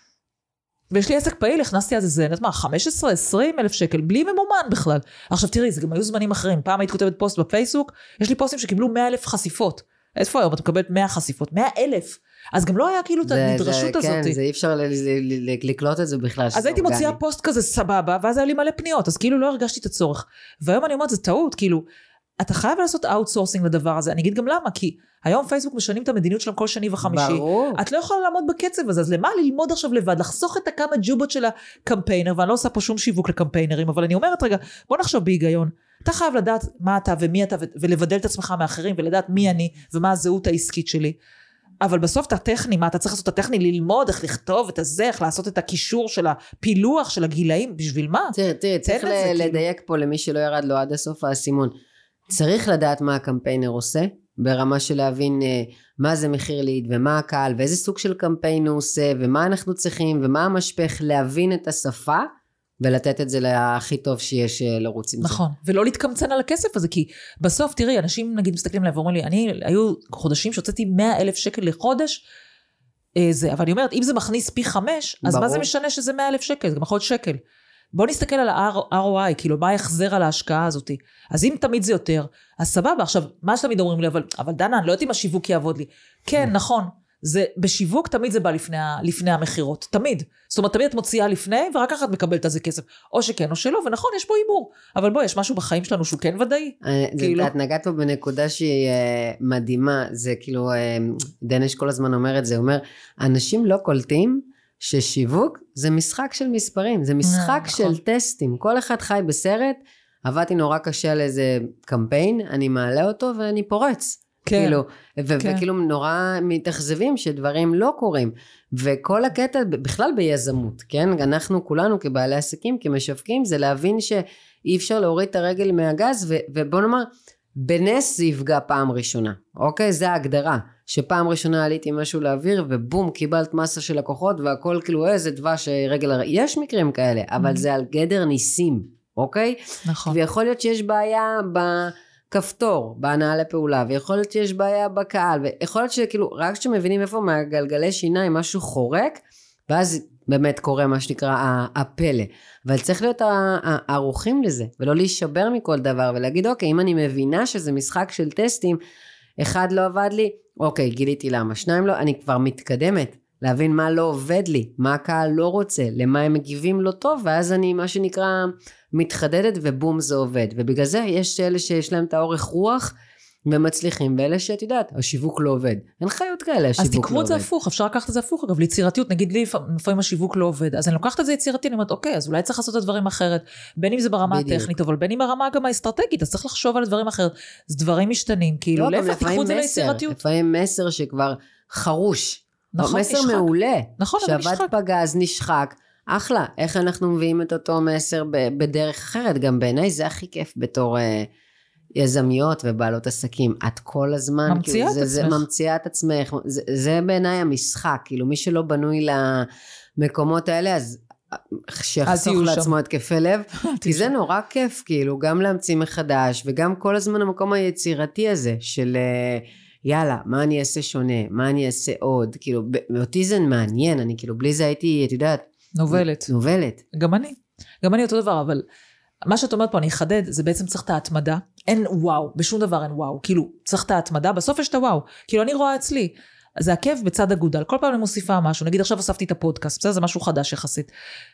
ויש לי עסק פעיל, הכנסתי אז איזה, נתת מה, חמש עשרה עשרים אלף שקל, בלי ממומן בכלל. עכשיו תראי, זה גם היו זמנים אחרים, פעם היית כותבת פוסט בפייסבוק, יש לי פוסטים שקיבלו מאה אלף חשיפות. איפה היום? אתה מקבלת מאה חשיפות, מאה אלף. אז גם לא היה כאילו את הנדרשות הזאת. כן, זה אי אפשר לקלוט את זה בכלל. אז הייתי מוציאה פוסט כזה סבבה, ואז היה לי מלא פניות, אז כאילו לא הרגשתי את הצורך. והיום אני אומרת, זה טעות, כאילו, אתה חייב לעשות אאוטסורסינג לדבר הזה. אני אגיד גם למה, כי היום פייסבוק משנים את המדיניות שלהם כל שני וחמישי. ברור. את לא יכולה לעמוד בקצב הזה, אז למה ללמוד עכשיו לבד, לחסוך את הכמה ג'ובות של הקמפיינר, ואני לא עושה פה שום שיווק לקמפיינרים, אבל אני אומרת רגע, בוא נחשוב בהיגיון. אתה חייב לדעת מה אתה ומי אתה, ולבדל את עצמך מאחרים, ולדעת מי אני, ומה הזהות העסקית שלי. אבל בסוף את הטכני, מה אתה צריך לעשות את הטכני, ללמוד איך לכתוב את הזה, איך לעשות את הקישור של הפילוח של הגילאים, בשביל מה? תראי, תראי, צריך לדייק פה למי שלא ירד לו עד הסוף הסימון. צריך לדעת מה הקמפיינר עושה, ברמה של להבין מה זה מחיר ליד, ומה הקהל, ואיזה סוג של קמפיין הוא עושה, ומה אנחנו צריכים, ומה המשפך, להבין את השפה, ולתת את זה להכי טוב שיש לרוץ עם זה. נכון, ולא להתקמצן על הכסף הזה, כי בסוף, תראי, אנשים נגיד מסתכלים עליי ואומרים לי, אני, היו חודשים שהוצאתי מאה אלף שקל לחודש, זה, אבל אני אומרת, אם זה מכניס פי חמש, אז ברור. מה זה משנה שזה מאה אלף שקל? זה גם יכול להיות שקל. בוא נסתכל על ה-אר או איי, כאילו, מה יחזר על ההשקעה הזאת? אז אם תמיד זה יותר, אז סבבה, עכשיו, מה שתמיד אומרים לי, אבל, אבל דנה, אני לא יודעת אם השיווק יעבוד לי. כן, נכון. זה, בשיווק תמיד זה בא לפני, לפני המחירות, תמיד. זאת אומרת, תמיד את מוציאה לפני, ורק אחת מקבלת על זה כסף. או שכן או שלא, ונכון, יש פה אימור. אבל בוא, יש משהו בחיים שלנו שהוא כן ודאי. כאילו... את נגעת פה בנקודה שהיא מדהימה, זה כאילו, דנש כל הזמן אומר את זה, הוא אומר, אנשים לא קולטים ששיווק זה משחק של מספרים, זה משחק של טסטים. כל אחד חי בסרט, עבדתי נורא קשה על איזה קמפיין, אני מעלה אותו ואני פורץ. כן, כאילו, ו- כן. וכאילו נורא מתאכזבים שדברים לא קורים, וכל הקטע בכלל ביזמות, כן? אנחנו כולנו כבעלי עסקים, כמשווקים, זה להבין שאי אפשר להוריד את הרגל מהגז, ו- ובוא נאמר, בנס זה יפגע פעם ראשונה, אוקיי? זה ההגדרה, שפעם ראשונה עליתי משהו לאוויר, ובום, קיבלת מסה של לקוחות, והכל כאילו איזה דבש רגל, הר... יש מקרים כאלה, אבל mm-hmm. זה על גדר ניסים, אוקיי? נכון. ויכול להיות שיש בעיה ב... כפתור בהנאה לפעולה, ויכול להיות שיש בעיה בקהל, ויכול להיות שכאילו, רק שמבינים איפה מהגלגלי שיניים משהו חורק, ואז באמת קורה מה שנקרא הפלא, אבל צריך להיות ערוכים לזה, ולא להישבר מכל דבר, ולהגיד אוקיי, אם אני מבינה שזה משחק של טסטים, אחד לא עבד לי, אוקיי, גיליתי למה, שניים לא, אני כבר מתקדמת, להבין מה לא עובד לי, מה הקהל לא רוצה, למה הם מגיבים לא טוב, ואז אני מה שנקרא מתחדדת ובום זה עובד, ובגלל זה יש אלה שיש להם את האורך רוח ומצליחים, ואלה שאת יודעת, השיווק לא עובד, אין חיות כאלה, השיווק לא עובד. אז תקחו את זה הפוך, אפשר לקחת את זה הפוך, אגב, ליצירתיות, נגיד לי לפעמים השיווק לא עובד, אז אני לוקחת את זה יצירתי, אני אומרת, אוקיי, אז אולי צריך לעשות את הדברים אחרת, בין אם זה ברמה הטכנית, אבל בין אם הרמה גם האסטרטגית, אז צריך לחשוב על דברים אחרת, אז דברים משתנים, כאילו, להפך, תקחו את זה ליצירתיות. לפעמים מסר שכבר חרוש, נכון, מסר נשחק. מעולה, נכון, שעבד פגז, נשחק, אחלה, איך אנחנו מביאים את אותו מסר בדרך אחרת, גם בעיניי זה הכי כיף בתור יזמיות ובעלות עסקים, את כל הזמן, ממציאה כאילו, את זה, עצמך. זה ממציאה את עצמך, זה, זה בעיניי המשחק, כאילו מי שלא בנוי למקומות האלה, אז שיחסוך לעצמו התקפי לב, כי זה נורא כיף, כאילו, גם להמציא מחדש, וגם כל הזמן המקום היצירתי הזה, של יאללה, מה אני אעשה שונה, מה אני אעשה עוד, כאילו, אותי זה מעניין, אני כאילו, בלי זה הייתי, את יודעת, נובלת. נובלת. גם אני, גם אני אותו דבר, אבל מה שאת אומרת פה, אני אחדד, זה בעצם צריך את ההתמדה, אין וואו, בשום דבר אין וואו, כאילו, צריך את ההתמדה, בסוף יש את הוואו, כאילו, אני רואה אצלי, זה עקב בצד אגודל, כל פעם אני מוסיפה משהו, נגיד עכשיו הוספתי את הפודקאסט, בסדר, זה משהו חדש יחסית,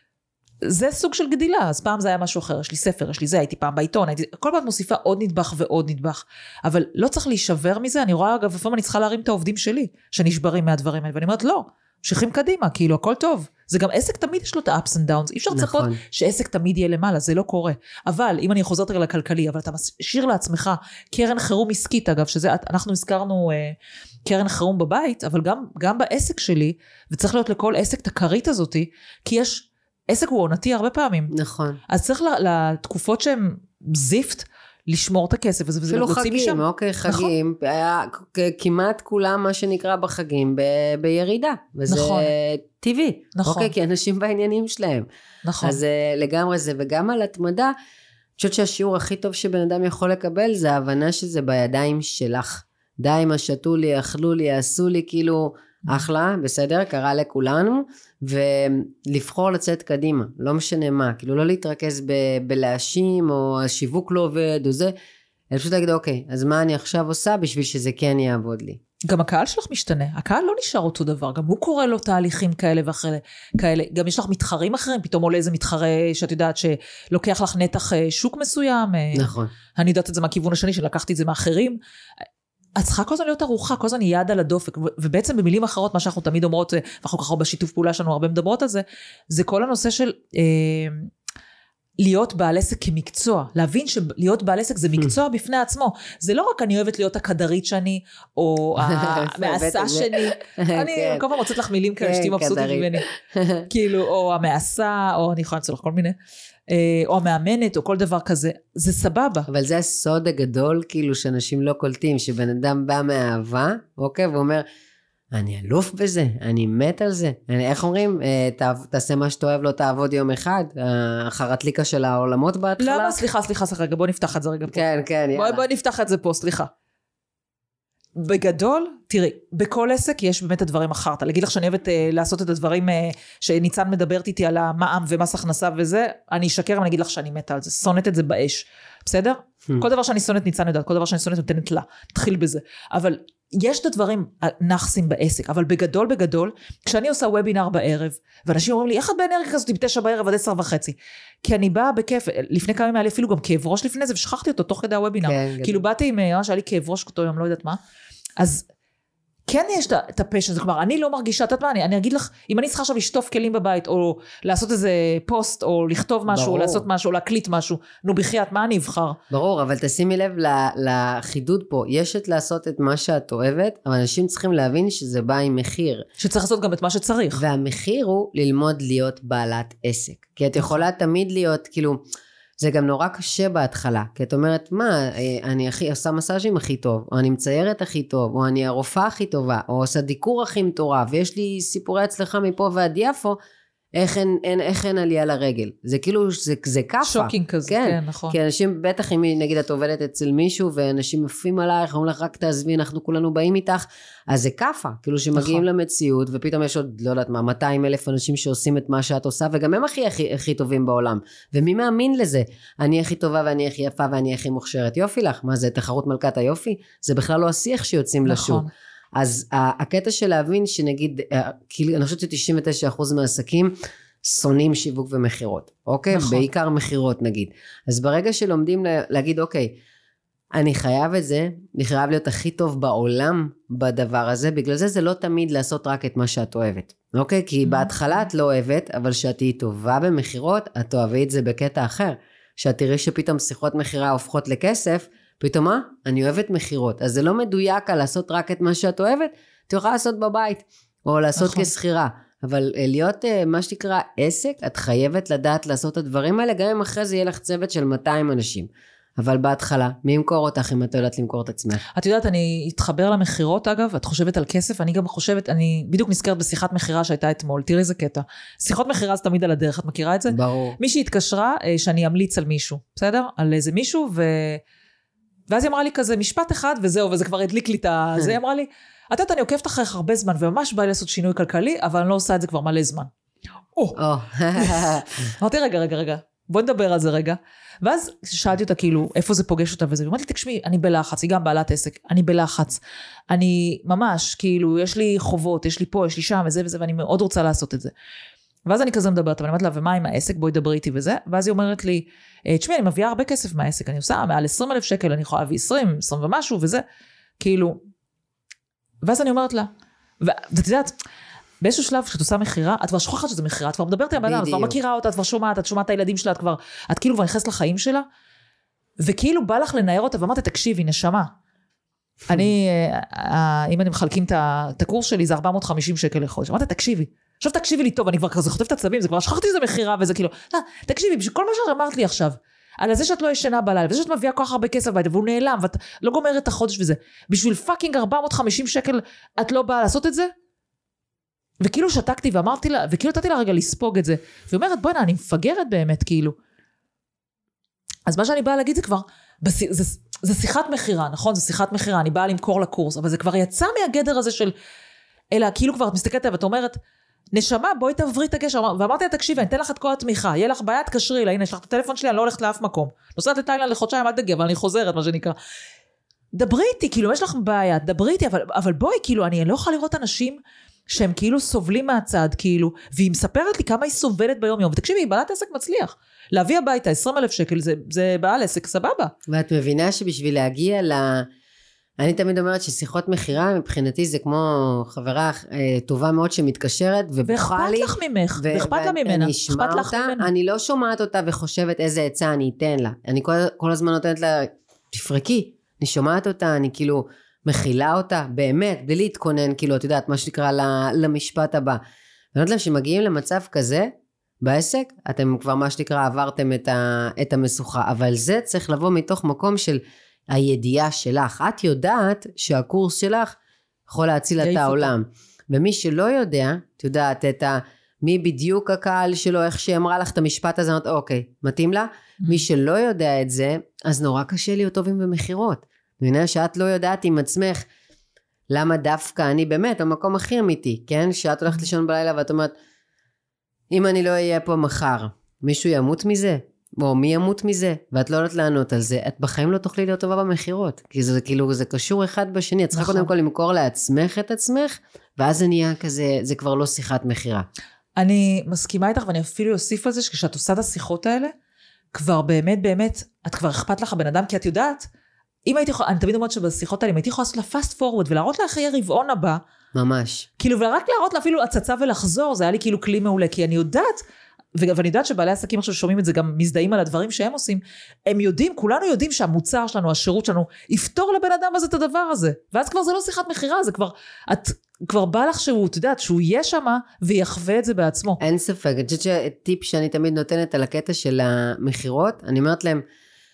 זה סוג של גדילה, אז פעם זה היה משהו אחר, יש לי ספר, יש לי זה, הייתי פעם בעיתון, הייתי, כל פעם מוסיפה עוד נדבך ועוד נדבך, אבל לא צריך להישבר מזה, אני רואה אגב, לפעמים אני צריכה להרים את העובדים שלי, שנשברים מהדברים האלה, ואני אומרת, לא, שכים קדימה, כאילו, הכל טוב, זה גם עסק תמיד יש לו את ה-ups and downs, אי אפשר לצפות נכון. שעסק תמיד יהיה למעלה, זה לא קורה, אבל אם אני חוזרת רגע לכלכלי, אבל אתה משאיר לעצמך קרן חירום עסקית, אגב, שזה, אנחנו הזכרנו אה, קרן חירום בבית, אבל גם, גם בעסק שלי, וצריך להיות לכל עסק את הכרית הזאת, כי יש, עסק הוא עונתי הרבה פעמים. נכון. אז צריך לתקופות שהן זיפט, לשמור את הכסף הזה, וזה אפילו להוציא משם. חגים, אוקיי, חגים, נכון. היה כמעט כולם מה שנקרא בחגים ב, בירידה, וזה נכון. טבעי, נכון. אוקיי, כי אנשים בעניינים שלהם. נכון. אז לגמרי זה, וגם על התמדה, אני חושבת שהשיעור הכי טוב שבן אדם יכול לקבל, זה ההבנה שזה בידיים שלך. די מה שתו לי, אכלו לי, עשו לי, כאילו, אחלה, בסדר, קרה לכולנו, ולבחור לצאת קדימה, לא משנה מה, כאילו לא להתרכז ב- בלהשים, או השיווק לא עובד, או זה, אני פשוט להגיד, אוקיי, אז מה אני עכשיו עושה, בשביל שזה כן יעבוד לי. גם הקהל שלך משתנה, הקהל לא נשאר אותו דבר, גם הוא קורא לו תהליכים כאלה ואחרי כאלה, גם יש לך מתחרים אחרים, פתאום עולה איזה מתחרה שאת יודעת שלוקח לך נתח שוק מסוים, נכון. אני יודעת את זה מהכיוון השני, שלקחתי את זה מאחרים, את צריכה כל הזמן להיות ארוחה, כל הזמן יד על הדופק, ובעצם במילים אחרות, מה שאנחנו תמיד אומרות, ואנחנו ככה בשיתוף פעולה שלנו הרבה מדברות על זה, זה כל הנושא של אה, להיות בעל עסק כמקצוע, להבין שלהיות בעל עסק זה מקצוע בפני עצמו, זה לא רק אני אוהבת להיות הכדרית שאני, או המעשה שני, אני כל פעם מוצאת לך מילים כאלה, שתהיי מבסוטית ממני, כאילו, או המעשה, או אני יכולה לצלח כל מיני, או המאמנת, או כל דבר כזה, זה סבבה. אבל זה הסוד הגדול, כאילו, שאנשים לא קולטים, שבן אדם בא מהאהבה, אוקיי, ואומר, אני אלוף בזה, אני מת על זה, אני, איך אומרים, ת, תעשה מה שאתה אוהב, לא תעבוד יום אחד, החרטליקה של העולמות בהתחלה. למה? סליחה, סליחה, סליחה, רגע, בוא נפתח את זה רגע פה. כן, כן, יאללה. בוא, בוא נפתח את זה פה, סליחה. בגדול, תראי, בכל עסק יש באמת הדברים אחרת. להגיד לך שאני אוהבת אה, לעשות את הדברים אה, שניצן מדברת איתי על המע"מ ומס הכנסה וזה, אני אשקר ואני אגיד לך שאני מתה על זה, שונאת את זה באש, בסדר? כל דבר שאני שונאת ניצן יודעת, כל דבר שאני שונאת נותנת לה, תתחיל בזה. אבל יש את הדברים נחסים בעסק, אבל בגדול בגדול, כשאני עושה וובינר בערב, ואנשים אומרים לי, איך את באנרגיה כזאת בתשע בערב עד עשר וחצי? כי אני באה בכיף, לפני כמה ימים היה לי אפילו גם כאב ראש לפני זה, ושכחתי אותו תוך כדי הוובינר. כן, כאילו באתי עם, שהיה לי כאב ראש אותו יום, לא יודעת מה. אז כן יש את הפשן, כלומר, אני לא מרגישה, את מה, אני, אני אגיד לך, אם אני צריכה עכשיו לשטוף כלים בבית, או לעשות איזה פוסט, או לכתוב משהו, ברור. או לעשות משהו, או להקליט משהו, נו בחייאת, מה אני אבחר? ברור, אבל תשימי לב לחידוד פה, יש את לעשות את מה שאת אוהבת, אבל אנשים צריכים להבין שזה בא עם מחיר. שצריך לעשות גם את מה שצריך. והמחיר הוא ללמוד להיות בעלת עסק, כי את יכולה תמיד להיות, כאילו, זה גם נורא קשה בהתחלה, כי את אומרת, מה, אני הכי, עושה מסאז'ים הכי טוב, או אני מציירת הכי טוב, או אני הרופאה הכי טובה, או עושה דיקור הכי מטורף, ויש לי סיפורי הצלחה מפה ועד יפו, איך אין, אין, איך אין עלייה לרגל. זה כאילו, זה, זה כפה. שוקינג כזה, כן, כן, נכון. כי אנשים, בטח אם נגיד את עובדת אצל מישהו, ואנשים מפים עלייך, אומרים לך, רק תעזבי, אנחנו כולנו באים איתך, אז זה כפה, כאילו שמגיעים נכון. למציאות, ופתאום יש עוד, לא יודעת מה, מאתיים אלף אנשים שעושים את מה שאת עושה, וגם הם הכי, הכי, הכי טובים בעולם. ומי מאמין לזה? אני הכי טובה, ואני הכי יפה, ואני הכי מוכשרת. יופי לך, מה זה, תחרות מלכת היופי? זה בכלל לא השיח שיוצאים נכון. לשוק. אז הקטע של להבין שנגיד, אני חושבת ש-תשעים ותשעה אחוז מהעסקים, שונאים שיווק ומחירות, אוקיי? נכון. בעיקר מחירות נגיד. אז ברגע שלומדים להגיד, אוקיי, אני חייב את זה, אני חייב להיות הכי טוב בעולם בדבר הזה, בגלל זה זה לא תמיד לעשות רק את מה שאת אוהבת, אוקיי? כי בהתחלה את לא אוהבת, אבל שאת תהיי טובה במחירות, את תאהבי את זה בקטע אחר. שאת תראי שפתאום שיחות מחירה הופכות לכסף, פתאום מה? אני אוהבת מחירות. אז זה לא מדויק על לעשות רק את מה שאת אוהבת, את יכולה לעשות בבית, או לעשות נכון. כסחירה. אבל להיות מה שתקרא עסק, את חייבת לדעת לעשות את הדברים האלה, גם אם אחרי זה יהיה לך צוות של מאתיים אנשים. אבל בהתחלה, מי ימכור אותך אם את יודעת למכור את עצמך? את יודעת, אני אתחבר למחירות אגב, את חושבת על כסף, אני גם חושבת, אני בדיוק נזכרת בשיחת מחירה שהייתה אתמול, תראי איזה קטע. שיחות מחירה זה תמיד על הדרך, את מכירה את זה? ברור. מישהי התקשרה שאני אמליץ על מישהו, בסדר? על איזה מישהו, ו... ואז היא אמרה לי כזה משפט אחד וזהו, וזה כבר הדליק לי את זה, היא אמרה לי, את יודעת, אני עוקבת אחריך הרבה זמן, וממש בא לי לעשות שינוי כלכלי, אבל אני לא עושה את זה כבר מלא זמן. או, אמרתי רגע, רגע, רגע, בוא נדבר על זה רגע. ואז שאלתי אותה כאילו, איפה זה פוגש אותה וזה, ואמרתי לי, תקשמי, אני בלחץ, היא גם בעלת עסק, אני בלחץ, אני ממש, כאילו, יש לי חובות, יש לי פה, יש לי שם, וזה וזה, ואני מאוד רוצה לעשות את זה. ואז אני כזה מדברת, ואני אומרת לה, ומה עם העסק, בואי דברי איתי וזה, ואז היא אומרת לי, תשמעי, אני מביאה הרבה כסף מהעסק, אני עושה מעל עשרים אלף שקל, אני יכולה להביא עשרים, עשרים ומשהו, וזה, כאילו, ואז אני אומרת לה, ואת יודעת, באיזשהו שלב, כשאת עושה מחירה, את כבר שוכחת שזה מחירה, את כבר מדברת עם האדם, את כבר מכירה אותה, את כבר שומעת, את שומעת את הילדים שלה, את כבר, את כאילו כבר נכנסת לחיים שלה, וכאילו בא לך לנער אותה, ואמרת, תקשיבי, נשמה, אני, אם אני מחלקים את הקורס שלי, זה ארבע מאות וחמישים שקל לחודש, אמרת, תקשיבי, עכשיו תקשיבי לי טוב, אני כבר כזה חוטף את הצלבים, זה כבר שכחתי שזה מחירה, וזה כאילו, תקשיבי, בשביל כל מה שאת אמרת לי עכשיו, על זה שאת לא ישנה בלילה, וזה שאת מביאה כל כך הרבה כסף ביתה, והוא נעלם, ואת לא גומרת את החודש וזה, בשביל פאקינג ארבע מאות וחמישים שקל, את לא באה לעשות את זה? וכאילו שתקתי ואמרתי לה, וכאילו נתתי לה רגע לספוג את זה, והיא אומרת, בוא'נה, אני מפגרת באמת, כאילו. אז מה שאני באה להגיד זה כבר, זה, זה, זה שיחת מחירה, נכון? זה שיחת מחירה, אני באה למכור לקורס, אבל זה כבר יצא מהגדר הזה של, אלא כאילו כבר את מסתכלת ואת אומרת, נשמה, בואי תעברי את הגשר, ואמרתי לה, תקשיבי, אני אתן לך את כל התמיכה, יהיה לך בעיה, תקשרי לה, הנה, יש לך את הטלפון שלי, אני לא הולכת לאף מקום. נוסעת לתאילנד לחודשיים, אל תגיע, אבל אני חוזרת, מה שנקרא. דברי איתי, כאילו, יש לך בעיה, דברי איתי, אבל, אבל בואי, כאילו, אני לא יכולה לראות אנשים שהם כאילו סובלים מהצד, כאילו, והיא מספרת לי כמה היא סובלת ביום יום, ותקשיבי, היא בעלת עסק מצליח. להביא הביתה עשרים אלף שקל, זה, זה בעל עסק, סבבה. ואת מבינה שבשביל להגיע ל... אני תמיד אומרת ששיחות מחירה, מבחינתי זה כמו חברה אה, טובה מאוד שמתקשרת, ובוכה לי. ואכפת לך ממך, ואכפת לה ממנה. אני אשמע אותה, אני לא שומעת אותה וחושבת איזה עצה אני אתן לה. אני כל, כל הזמן נותנת לה, תפרקי, אני שומעת אותה, אני כאילו מכילה אותה, באמת, בלי להתכונן, כאילו, את יודעת, מה שנקרא למשפט הבא. ואני אומרת להם שמגיעים למצב כזה, בעסק, אתם כבר מה שנקרא עברתם את, ה, את המשוכה, אבל זה צריך לבוא מתוך מקום של הידיעה שלך. את יודעת שהקורס שלך יכול להציל את העולם. ומי שלא יודע, את יודעת, את ה, מי בדיוק הקהל שלו, איך שהיא אמרה לך את המשפט הזה, אמרת, אוקיי, מתאים לה? מי שלא יודע את זה, אז נורא קשה להיות טובים במחירות. מבינה שאת לא יודעת עם עצמך, למה דווקא אני באמת, המקום הכי אמיתי, כן? שאת הולכת לישון בלילה ואת אומרת, אם אני לא אהיה פה מחר, מישהו ימות מזה? או מי ימות מזה? ואת לא יודעת לענות על זה, את בחיים לא תוכלי להיות טובה במחירות, כי זה כאילו, זה קשור אחד בשני, את צריכה קודם כל למכור לעצמך את עצמך, ואז זה נהיה כזה, זה כבר לא שיחת מחירה. אני מסכימה איתך, ואני אפילו אוסיף על זה, שכשאת עושה את השיחות האלה, כבר באמת באמת, את כבר אכפת לך הבן אדם, כי את יודעת, אם הייתי יכולה, אני תמיד אומרת שבשיחות האלה, אם הייתי יכולה לעשות לה פאסט פורוורד, ולהראות לה איך יהיה רבעון הבא, ממש. כאילו, ורק להראות לה אפילו הצצה ולחזור, זה היה לי כאילו כלי מעולה, כי אני יודעת, ואני יודעת שבעלי עסקים עכשיו שומעים את זה, גם מזדהים על הדברים שהם עושים, הם יודעים, כולנו יודעים שהמוצר שלנו, השירות שלנו, יפתור לבן אדם הזה את הדבר הזה, ואז כבר זה לא שיחת מחירה, זה כבר, את כבר בא לך שהוא, את יודעת, שהוא יהיה שם, ויחווה את זה בעצמו. אין ספק, אני חושבת שטיפ שאני תמיד נותנת על הקטע של המחירות, אני אומרת להם,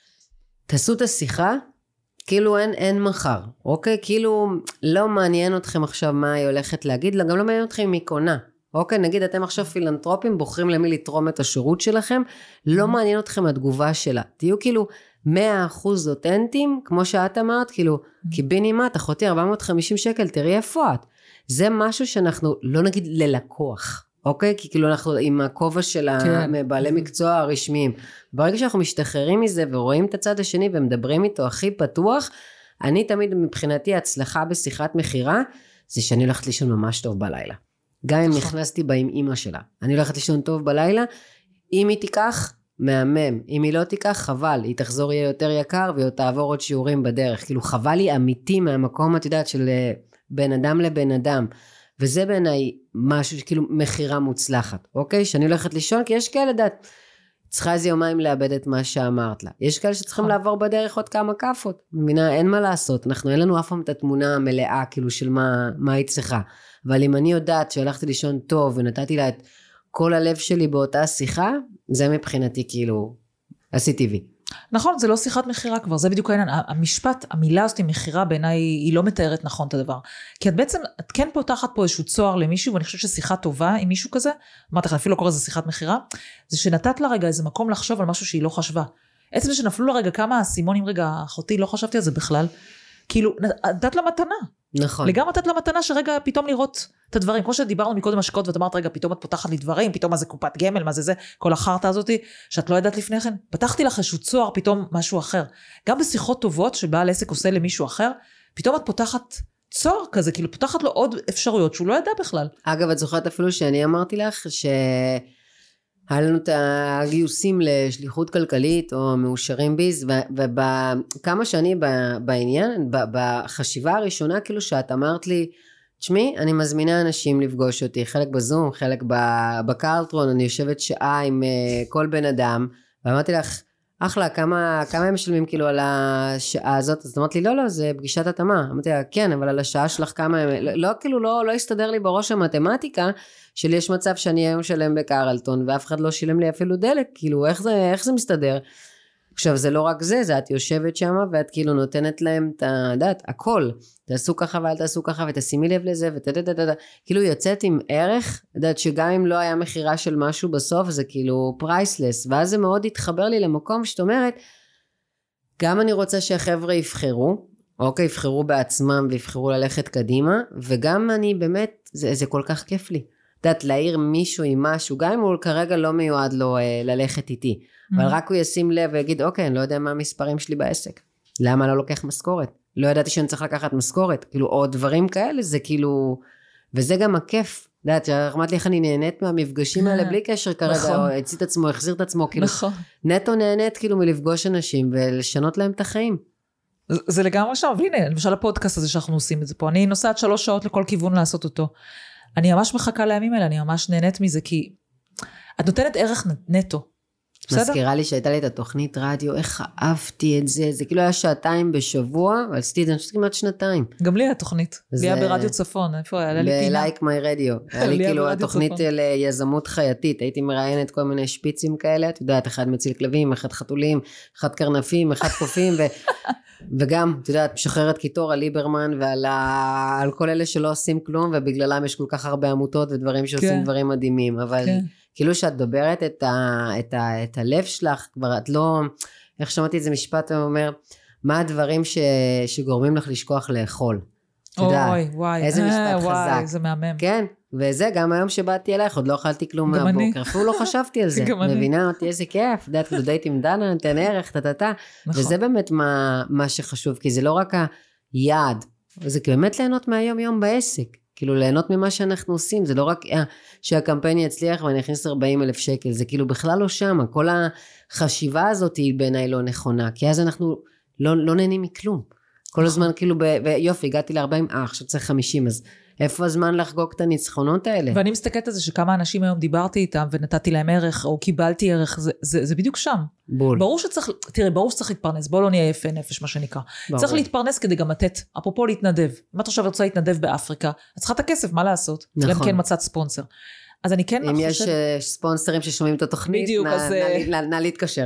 תעשו את השיחה, כאילו אין, אין מחר, אוקיי? כאילו לא מעניין אתכם עכשיו מה היא הולכת להגיד, גם לא מעניין אתכם אם היא קונה, אוקיי? נגיד אתם עכשיו פילנטרופים, בוחרים למי לתרום את השירות שלכם, לא מעניין אתכם התגובה שלה, תהיו כאילו מאה אחוז אותנטיים, כמו שאת אמרת, כאילו, קיבינימט, אחותי ארבע מאות וחמישים שקל, תראי איפה את. זה משהו שאנחנו לא נגיד ללקוח, אוקיי? כי כאילו אנחנו עם הכובע של הבעלי מקצוע הרשמיים. ברגע שאנחנו משתחררים מזה ורואים את הצד השני ומדברים איתו הכי פתוח, אני תמיד מבחינתי הצלחה בשיחת מחירה, זה שאני הולכת לישון ממש טוב בלילה. גם אם נכנסתי בה עם אמא שלה. אני הולכת לישון טוב בלילה, אם היא תיקח, מהמם. אם היא לא תיקח, חבל. היא תחזור יהיה יותר יקר, והיא תעבור עוד שיעורים בדרך. כאילו חבל לי אמיתי מהמקום, את יודעת, של בין אדם לבין אדם. וזה בעיניי משהו, כאילו מחירה מוצלחת, אוקיי? שאני הולכת לישון, כי יש כאלה, דעת, צריכה איזה יומיים לאבד את מה שאמרת לה. יש כאלה שצריכים לעבור בדרך עוד כמה כפות. מבינה, אין מה לעשות. אנחנו, אין לנו אף פעם את התמונה המלאה, כאילו, של מה, מה היא צריכה. אבל אם אני יודעת שהלכתי לישון טוב, ונתתי לה את כל הלב שלי באותה שיחה, זה מבחינתי, כאילו, עשיתי וי. נכון, זה לא שיחת מחירה כבר, זה בדיוק העניין. המשפט, המילה הזאת מחירה בעיניי היא לא מתארת נכון את הדבר. כי את בעצם, את כן פותחת פה איזשהו צוהר למישהו, ואני חושבת ששיחה טובה עם מישהו כזה, אמרת לך, אפילו לא קורא לזה שיחת מחירה, זה שנתת לה רגע איזה מקום לחשוב על משהו שהיא לא חשבה. עצם זה שנפלו לה רגע כמה סימונים, רגע, אחותי, לא חשבתי על זה בכלל. כאילו, נתת לה מתנה. נכון. לגמרי נתת לה מתנה שרגע פתאום לראות את הדברים, כמו שדיברנו מקודם השקעות, ואת אמרת רגע, פתאום את פותחת לי דברים, פתאום מה זה קופת גמל, מה זה זה, כל החרטא הזאתי, שאת לא ידעת לפני כן, פתחתי לך איזשהו צוהר, פתאום משהו אחר. גם בשיחות טובות שבעל עסק עושה למישהו אחר, פתאום את פותחת צוהר כזה, כאילו פותחת לו עוד אפשרויות שהוא לא ידע בכלל. אגב, את זוכרת אפילו שאני אמרתי לך, שהיה לנו את הגיוסים לשליחות כלכלית, או מאושרים ביז, וכמה שאני בעניין, בחשיבה הראשונה, כאילו שאת אמרת לי, תשמעי, אני מזמינה אנשים לפגוש אותי, חלק בזום, חלק בקרלטרון, אני יושבת שעה עם כל בן אדם, ואמרתי לך, אחלה, כמה, כמה הם משלמים כאילו על השעה הזאת? אז אמרת לי, לא, לא, זה פגישת התאמה. אמרתי לה, כן, אבל על השעה שלך כמה הם, לא, לא כאילו, לא, לא הסתדר לי בראש המתמטיקה, שלי יש מצב שאני היום שלם בקרלטון, ואף אחד לא שילם לי אפילו דלק, כאילו, איך זה, איך זה מסתדר? עכשיו, זה לא רק זה, זה את יושבת שם, ואת כאילו נותנת להם את הדעת, הכל, תעשו ככה ואל תעשו ככה, ותשימי לב לזה, ותדדדדד, כאילו יוצאת עם ערך, יודעת שגם אם לא היה מחירה של משהו בסוף, זה כאילו פרייסלס, ואז זה מאוד התחבר לי למקום שאת אומרת, גם אני רוצה שהחבר'ה יבחרו, אוקיי, יבחרו בעצמם, ויבחרו ללכת קדימה, וגם אני באמת, זה, זה כל כך כיף לי, יודעת, להעיר מישהו עם משהו, גם אם הוא כרגע לא מיועד לו אה, ללכת איתי, אבל רק הוא ישים לב ויגיד, אוקיי, אני לא יודע מה המספרים שלי בעסק. למה לא לוקח משכורת? לא ידעתי שאני צריך לקחת משכורת. כאילו, או דברים כאלה, זה כאילו, וזה גם הכיף. יודעת, שאמרת לי איך אני נהנית מהמפגשים האלה, בלי קשר כרגע, או הציא את עצמו, החזיר את עצמו, כאילו, נטו נהנית כאילו מלפגוש אנשים, ולשנות להם את החיים. זה לגמרי שם, והנה, למשל הפודקאסט הזה שאנחנו עושים את זה פה, אני נוסעת שלוש שעות לכל כיוון לעשות אותו. אני ממש מחכה לימים האלה, אני ממש נהנית מזה, כי את נותנת ערך נטו. מזכירה לי שהייתה לי את התוכנית רדיו, איך אהבתי את זה, זה כאילו היה שעתיים בשבוע, אבל עשיתי את זה כמעט שנתיים. גם לי היה תוכנית, לי היה ברדיו צפון, איפה היה לי פינה? ב-Like My Radio, היה לי כאילו התוכנית ליזמות חייתית, הייתי מראיינת כל מיני שפיצים כאלה, את יודעת, אחד מציל כלבים, אחד חתולים, אחד קרנפים, אחד קופים, וגם, את יודעת, משחררת קיטור על ליברמן, ועל כל אלה שלא עושים כלום, ובגללם יש כל כך הרבה עמותות ודברים שעושים דברים מדהימים, אבל כאילו שאת דוברת את, ה, את, ה, את הלב שלך, כבר את לא, איך שמעתי את זה משפט, הוא אומר, מה הדברים ש, שגורמים לך לשכוח לאכול? את יודעת, אוי, וואי, איזה משפט אה, חזק. וואי, זה מהמם. כן, וזה גם היום שבאתי אלייך, עוד לא אכלתי כלום מהבוקר, אפילו לא חשבתי על זה. מבינה אותי, איזה כיף, יודעת, כאילו דייט עם דנה, נתן ערך, טטטה, נכון. וזה באמת מה, מה שחשוב, כי זה לא רק היעד, זה באמת ליהנות מהיום יום בעסק. כאילו ליהנות ממה שאנחנו עושים, זה לא רק שהקמפיין יצליח ואני אכניס ארבעים אלף שקל, זה כאילו בכלל לא שם, כל החשיבה הזאת היא בעיניי לא נכונה, כי אז אנחנו לא, לא נהנים מכלום, כל הזמן כאילו, ויופי, הגעתי ל-ארבעים, אה, עכשיו צריך חמישים, אז איפה הזמן לחגוג את הניצחונות האלה? ואני מסתכלת על זה שכמה אנשים היום דיברתי איתם, ונתתי להם ערך, או קיבלתי ערך, זה, זה, זה בדיוק שם. בול. ברור שצריך, תראה, ברור שצריך להתפרנס, בואו לא נהיה יפה נפש, מה שנקרא. ברור. צריך להתפרנס כדי גם לתת, אפרופו להתנדב. אם את עכשיו רוצה להתנדב באפריקה, את צריכה את הכסף, מה לעשות? נכון. גם כן מצאת ספונסר. אז אני כן אם יש ספונסרים ששומעים את התוכנית, בדיוק, נא, אז... נא, נא, נא להתקשר.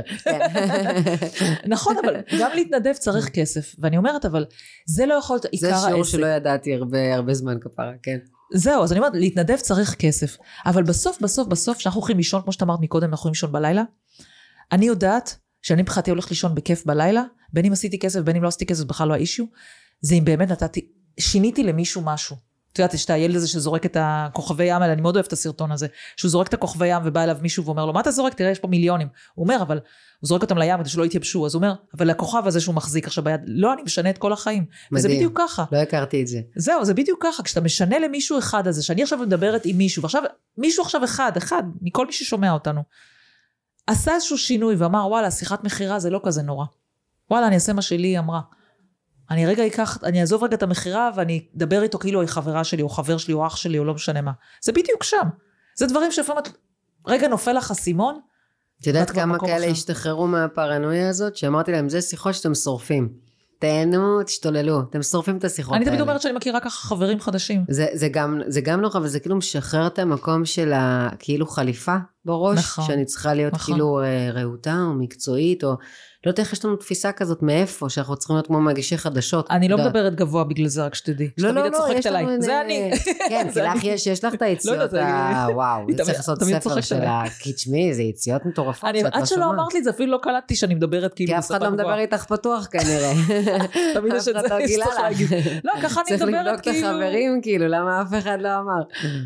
נכון, אבל גם להתנדב צריך כסף, ואני אומרת, אבל זה לא יכול להיות עיקר העסק. זה שיעור שלא ידעתי הרבה, הרבה זמן כפרה, כן. זהו, אז אני אומרת, להתנדב צריך כסף, אבל בסוף, בסוף, בסוף, שאנחנו הולכים לישון, כמו שאתה אמרת מקודם, אנחנו הולכים לישון בלילה, אני יודעת שאני בחרתי הולך לישון בכיף בלילה, בין אם עשיתי כסף, בין אם לא עשיתי כסף, בכלל לא האישיו, זה אם באמת נתתי, שיניתי למישהו משהו. את יודעת, יש את הילד הזה שזורק את הכוכבי ים, אני מאוד אוהב את הסרטון הזה, שהוא זורק את הכוכבי ים ובא אליו מישהו ואומר לו, מה אתה זורק? תראה, יש פה מיליונים. הוא אומר, אבל הוא זורק אותם לים כדי שלא יתייבשו, אז הוא אומר, אבל הכוכב הזה שהוא מחזיק עכשיו ביד, לא, אני משנה את כל החיים. מדהים. וזה בדיוק ככה. לא הכרתי את זה. זהו, זה בדיוק ככה, כשאתה משנה למישהו אחד הזה, שאני עכשיו מדברת עם מישהו, ועכשיו, מישהו עכשיו אחד, אחד, מכל מי ששומע אותנו, עשה איזשהו שינוי ואמר, וואלה, שיחת מחירה זה לא כזה נורא. וואלה, אני אעשה מה שלי אמרה. אני רגע אקח, אני אעזוב רגע את המחירה, ואני אדבר איתו כאילו היא חברה שלי, או חבר שלי, או אח שלי, או לא משנה מה. זה בדיוק שם. זה דברים שלפעמים, רגע נופל לך סימון. את יודעת כמה כאלה השתחררו מהפרנויה הזאת, שאמרתי להם, זה שיחות שאתם שורפים. תהנו, תשתוללו, אתם שורפים את השיחות האלה. אני תמיד אומרת שאני מכירה ככה חברים חדשים. זה, זה גם, זה גם נורא, וזה כאילו משחרר את המקום של כאילו חליפה בראש, נכון, שאני צריכה להיות נכון. כאילו רהוטה או מקצועית, או לא יודע איך יש לנו תפיסה כזאת מאיפה, שאנחנו צריכים להיות כמו מגישי חדשות. אני לא מדברת גבוה בגלל זה, רק שתדעי. לא, לא, לא, יש לנו... זה אני. כן, כי לך יש, יש לך את היציאות, וואו, צריך לעשות ספר שלה, כי תשמעי, זה יציאות מטורפות. עד שלא אמרת לי, זה אפילו לא קלטתי שאני מדברת כאילו כי אף אחד לא מדבר איתך פתוח כנראה. תמיד יש את זה, צריך להגיד. לא, ככה אני מדברת כאילו. צריך לבדוק את החברים, כאילו, למה אף אחד לא אמר.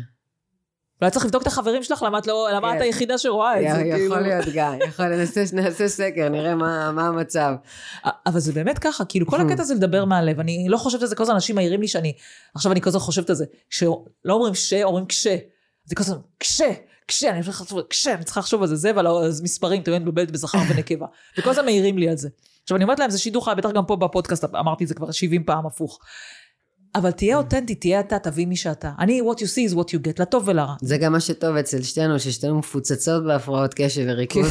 אולי צריך לבדוק את החברים שלך, למה את היחידה שרואה את זה. יכול להיות גם, יכול להיות, נעשה סקר, נראה מה המצב. אבל זה באמת ככה, כאילו כל הקטע זה לדבר מהלב, אני לא חושבת על זה, כל זה אנשים מעירים לי שאני, עכשיו אני כל זה חושבת על זה, שלא אומרים ש, אומרים כש, זה כל זה, כש, כש, אני צריכה לחשוב, כש, אני צריכה לחשוב על זה, זה ועל המספרים, תמיד מבלת בזכר ונקבה, וכל זה מעירים לי על זה. עכשיו אני אומרת להם, זה שידוך, בטח גם פה בפודקאסט, אמרתי את זה כבר שבעים פעם הפוך. אבל תהיה אותנטי, תהיה אתה, תביא מי שאתה. אני, what you see is what you get, לטוב ולרע. זה גם מה שטוב אצל שתינו, ששתינו מפוצצות בהפרעות קשב וריכוז.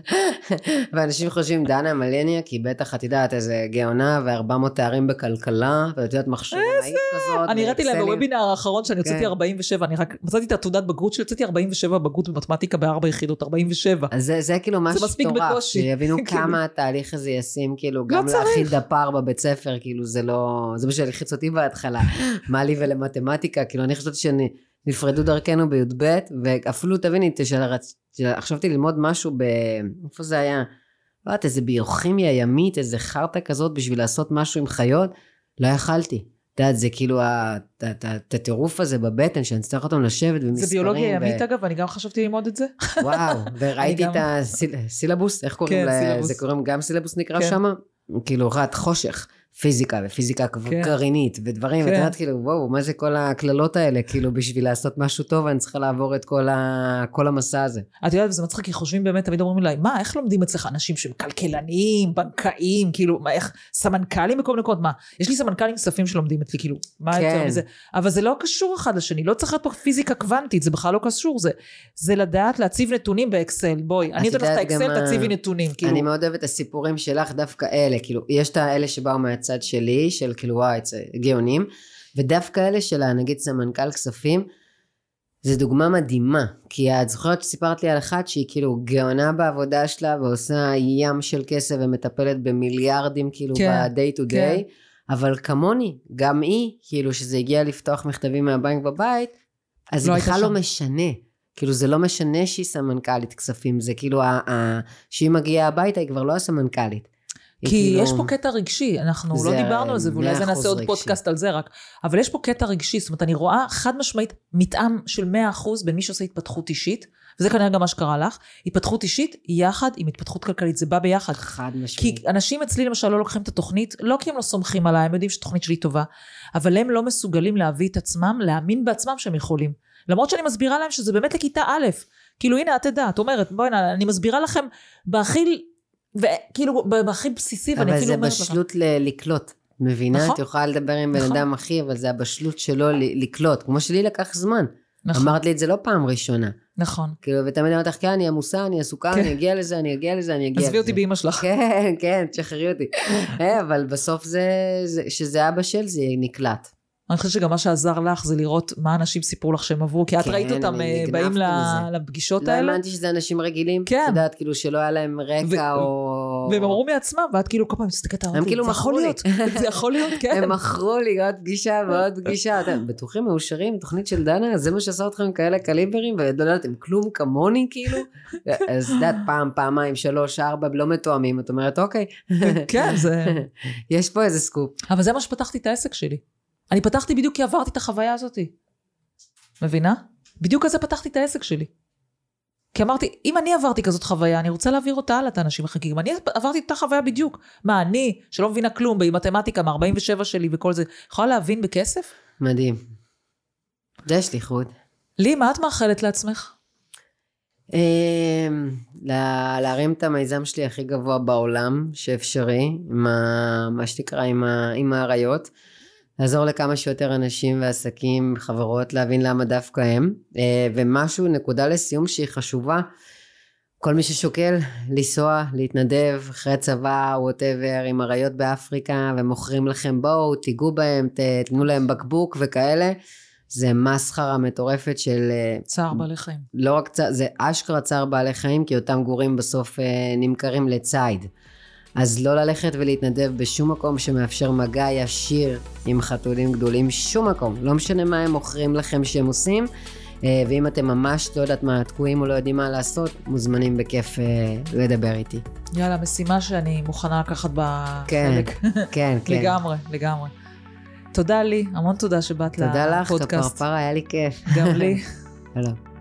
ואנשים חושבים, דנה מלניה, כי בטח את יודעת, איזה גאונה וארבע מאות תארים בכלכלה, ואת יודעת מחשבונאית כזאת. אני ראיתי להם בוובינר האחרון, שאני יוצאתי ארבעים ושבע, אני רק מצאתי את התעודת בגרות שלי, יוצאתי ארבעים ושבע בגרות במתמטיקה בארבע יחידות, ארבעים ושבע. אז זה כאילו משהו טורף, שיבינו כמה התהליך הזה ישים, כאילו, גם להכין דפר בבית ספר, כאילו, זה לא, זה בשביל להלחיץ אותי בהתחלה. מה לי ולמתמטיקה, כאילו אני חושבת שנפרדו דרכנו בי"ב, ואפילו תביני, חשבתי ללמוד משהו ב... איפה זה היה? לא יודעת, איזה ביוכימיה ימית, איזה חרטה כזאת, בשביל לעשות משהו עם חיות, לא יכלתי. את יודעת, זה כאילו, את הטירוף הזה בבטן, שאני צריך אותם לשבת במספרים. זה ביולוגיה ימית אגב, אני גם חשבתי ללמוד את זה. וואו, וראיתי את הסילבוס, איך קוראים לזה? זה קוראים גם סילבוס נקרא שמה? כאילו, רת חושך. פיזיקה ופיזיקה גרעינית ודברים, ואתה יודעת כאילו, וואו, מה זה כל הכללות האלה, כאילו בשביל לעשות משהו טוב, אני צריכה לעבור את כל המסע הזה. את יודעת, וזה מצחיק, כי חושבים באמת, תמיד אומרים לי, מה, איך לומדים אצלך אנשים שהם כלכלניים, בנקאים, כאילו, מה, איך, סמנכלים בכל נקודות, מה, יש לי סמנכלים כספים שלומדים אצלי, כאילו, מה יותר מזה, אבל זה לא קשור אחד לשני, לא צריך להיות פה פיזיקה קוונטית, זה בכלל לא קשור, זה, זה לדעת להציב נתונים באקסל, בואי, אני אתן לך את האקסל, תציבי נתונים, כאילו. אני מאוד אוהבת הסיפורים שלך, דווקא אלה, כאילו, יש את האלה שבאו מהצד שלי, של כאילו וואי, גאונים, ודווקא אלה שלה, נגיד סמנכ"ל כספים, זה דוגמה מדהימה, כי את זוכרת שסיפרת לי על אחת שהיא כאילו גאונה בעבודה שלה, ועושה ים של כסף ומטפלת במיליארדים כאילו כן, ב-day to day, כן. אבל כמוני, גם היא, כאילו שזה הגיע לפתוח מכתבים מהבנק בבית, אז לא זה בכלל לא משנה, כאילו זה לא משנה שהיא סמנכ"לית כספים, זה כאילו, שהיא מגיעה הביתה, היא כבר לא הסמנכ"לית, כי יש פה קטע רגשי, אנחנו לא דיברנו על זה, ואולי זה נעשה עוד פודקאסט על זה רק, אבל יש פה קטע רגשי, זאת אומרת, אני רואה חד משמעית מתאם של מאה אחוז בין מי שעושה התפתחות אישית, וזה כנראה גם מה שקרה לך, התפתחות אישית יחד עם התפתחות כלכלית, זה בא ביחד. חד משמעית. כי אנשים אצלי למשל לא לוקחים את התוכנית, לא כי הם לא סומכים עליי, הם יודעים שהתוכנית שלי טובה, אבל הם לא מסוגלים להביא את עצמם, להאמין בעצמם שהם יכולים. למרות שאני מסבירה להם שזה באמת לכיתה א', כאילו הנה את יודעת, אומרת, בואי, אני מסבירה לכם בהכיל וכאילו בהכי בסיסי, אבל זה בשלות לקלוט, מבינה? את יכולה לדבר עם בן אדם אחי, אבל זה הבשלות שלו לקלוט, כמו שלי לקח זמן. אמרת לי את זה לא פעם ראשונה. נכון. כאילו, ותמיד אמרת לך, כן, אני עמוסה, אני עסוקה, אני אגיע לזה, אני אגיע לזה, אני אגיע לזה. עזבי אותי באמא שלך. כן, כן, תשחררי אותי. אבל בסוף זה, שזה אבא של זה נקלט. אני חושבת שגם מה שעזר לך זה לראות מה אנשים סיפרו לך שהם עברו, כי את ראית אותם באים לפגישות האלה. לא האמנתי שזה אנשים רגילים, את יודעת, כאילו שלא היה להם רקע או... והם אמרו מעצמם, ואת כאילו כל פעם מסתכלת, הם כאילו מכרו לי. זה יכול להיות, כן. הם מכרו לי עוד פגישה ועוד פגישה. אתם בטוחים מאושרים, תוכנית של דנה, זה מה שעשה אתכם כאלה קליברים, ולא יודעת, הם כלום כמוני כאילו. אז יודעת, פעם, פעמיים, שלוש, ארבע, לא מתואמים, את אומרת, אוקיי. כן, זה... יש פה איזה סקופ. אבל זה מה שפתחתי את העסק שלי. אני פתחתי בדיוק כי עברתי את החוויה הזאת. מבינה? בדיוק כזה פתחתי את העסק שלי. כי אמרתי, אם אני עברתי כזאת חוויה, אני רוצה להעביר אותה על את האנשים החגיגים. אני עברתי את החוויה בדיוק. מה, אני, שלא מבינה כלום, במתמטיקה, מ-ארבעים ושבע שלי וכל זה, יכולה להבין בכסף? מדהים. זה שליחות. לי, מה את מאחלת לעצמך? להרים את המיזם שלי הכי גבוה בעולם, שאפשרי, מה שתקרא עם העריות. לעזור לכמה שיותר אנשים ועסקים, חברות, להבין למה דווקא הם, ומשהו, נקודה לסיום שהיא חשובה, כל מי ששוקל לנסוע, להתנדב, אחרי צבא, whatever, עם עריות באפריקה, ומוכרים לכם בואו, תיגעו בהם, תתנו להם בקבוק וכאלה, זה מסחרה מטורפת של... צער בעלי חיים. לא רק צער, זה אשכרה צער בעלי חיים, כי אותם גורים בסוף נמכרים לצייד. אז לא ללכת ולהתנדב בשום מקום שמאפשר מגע ישיר עם חתולים גדולים, שום מקום. לא משנה מה הם מוכרים לכם שהם עושים, ואם אתם ממש לא יודעת מה, תקועים או לא יודעים מה לעשות, מוזמנים בכיף לדבר איתי. יאללה, משימה שאני מוכנה לקחת בחלק. כן, כן, כן. לגמרי, לגמרי. תודה לי, המון תודה שבאת לפודקאסט. תודה לך, תפרפרה, היה לי כיף. גם לי. הלאה.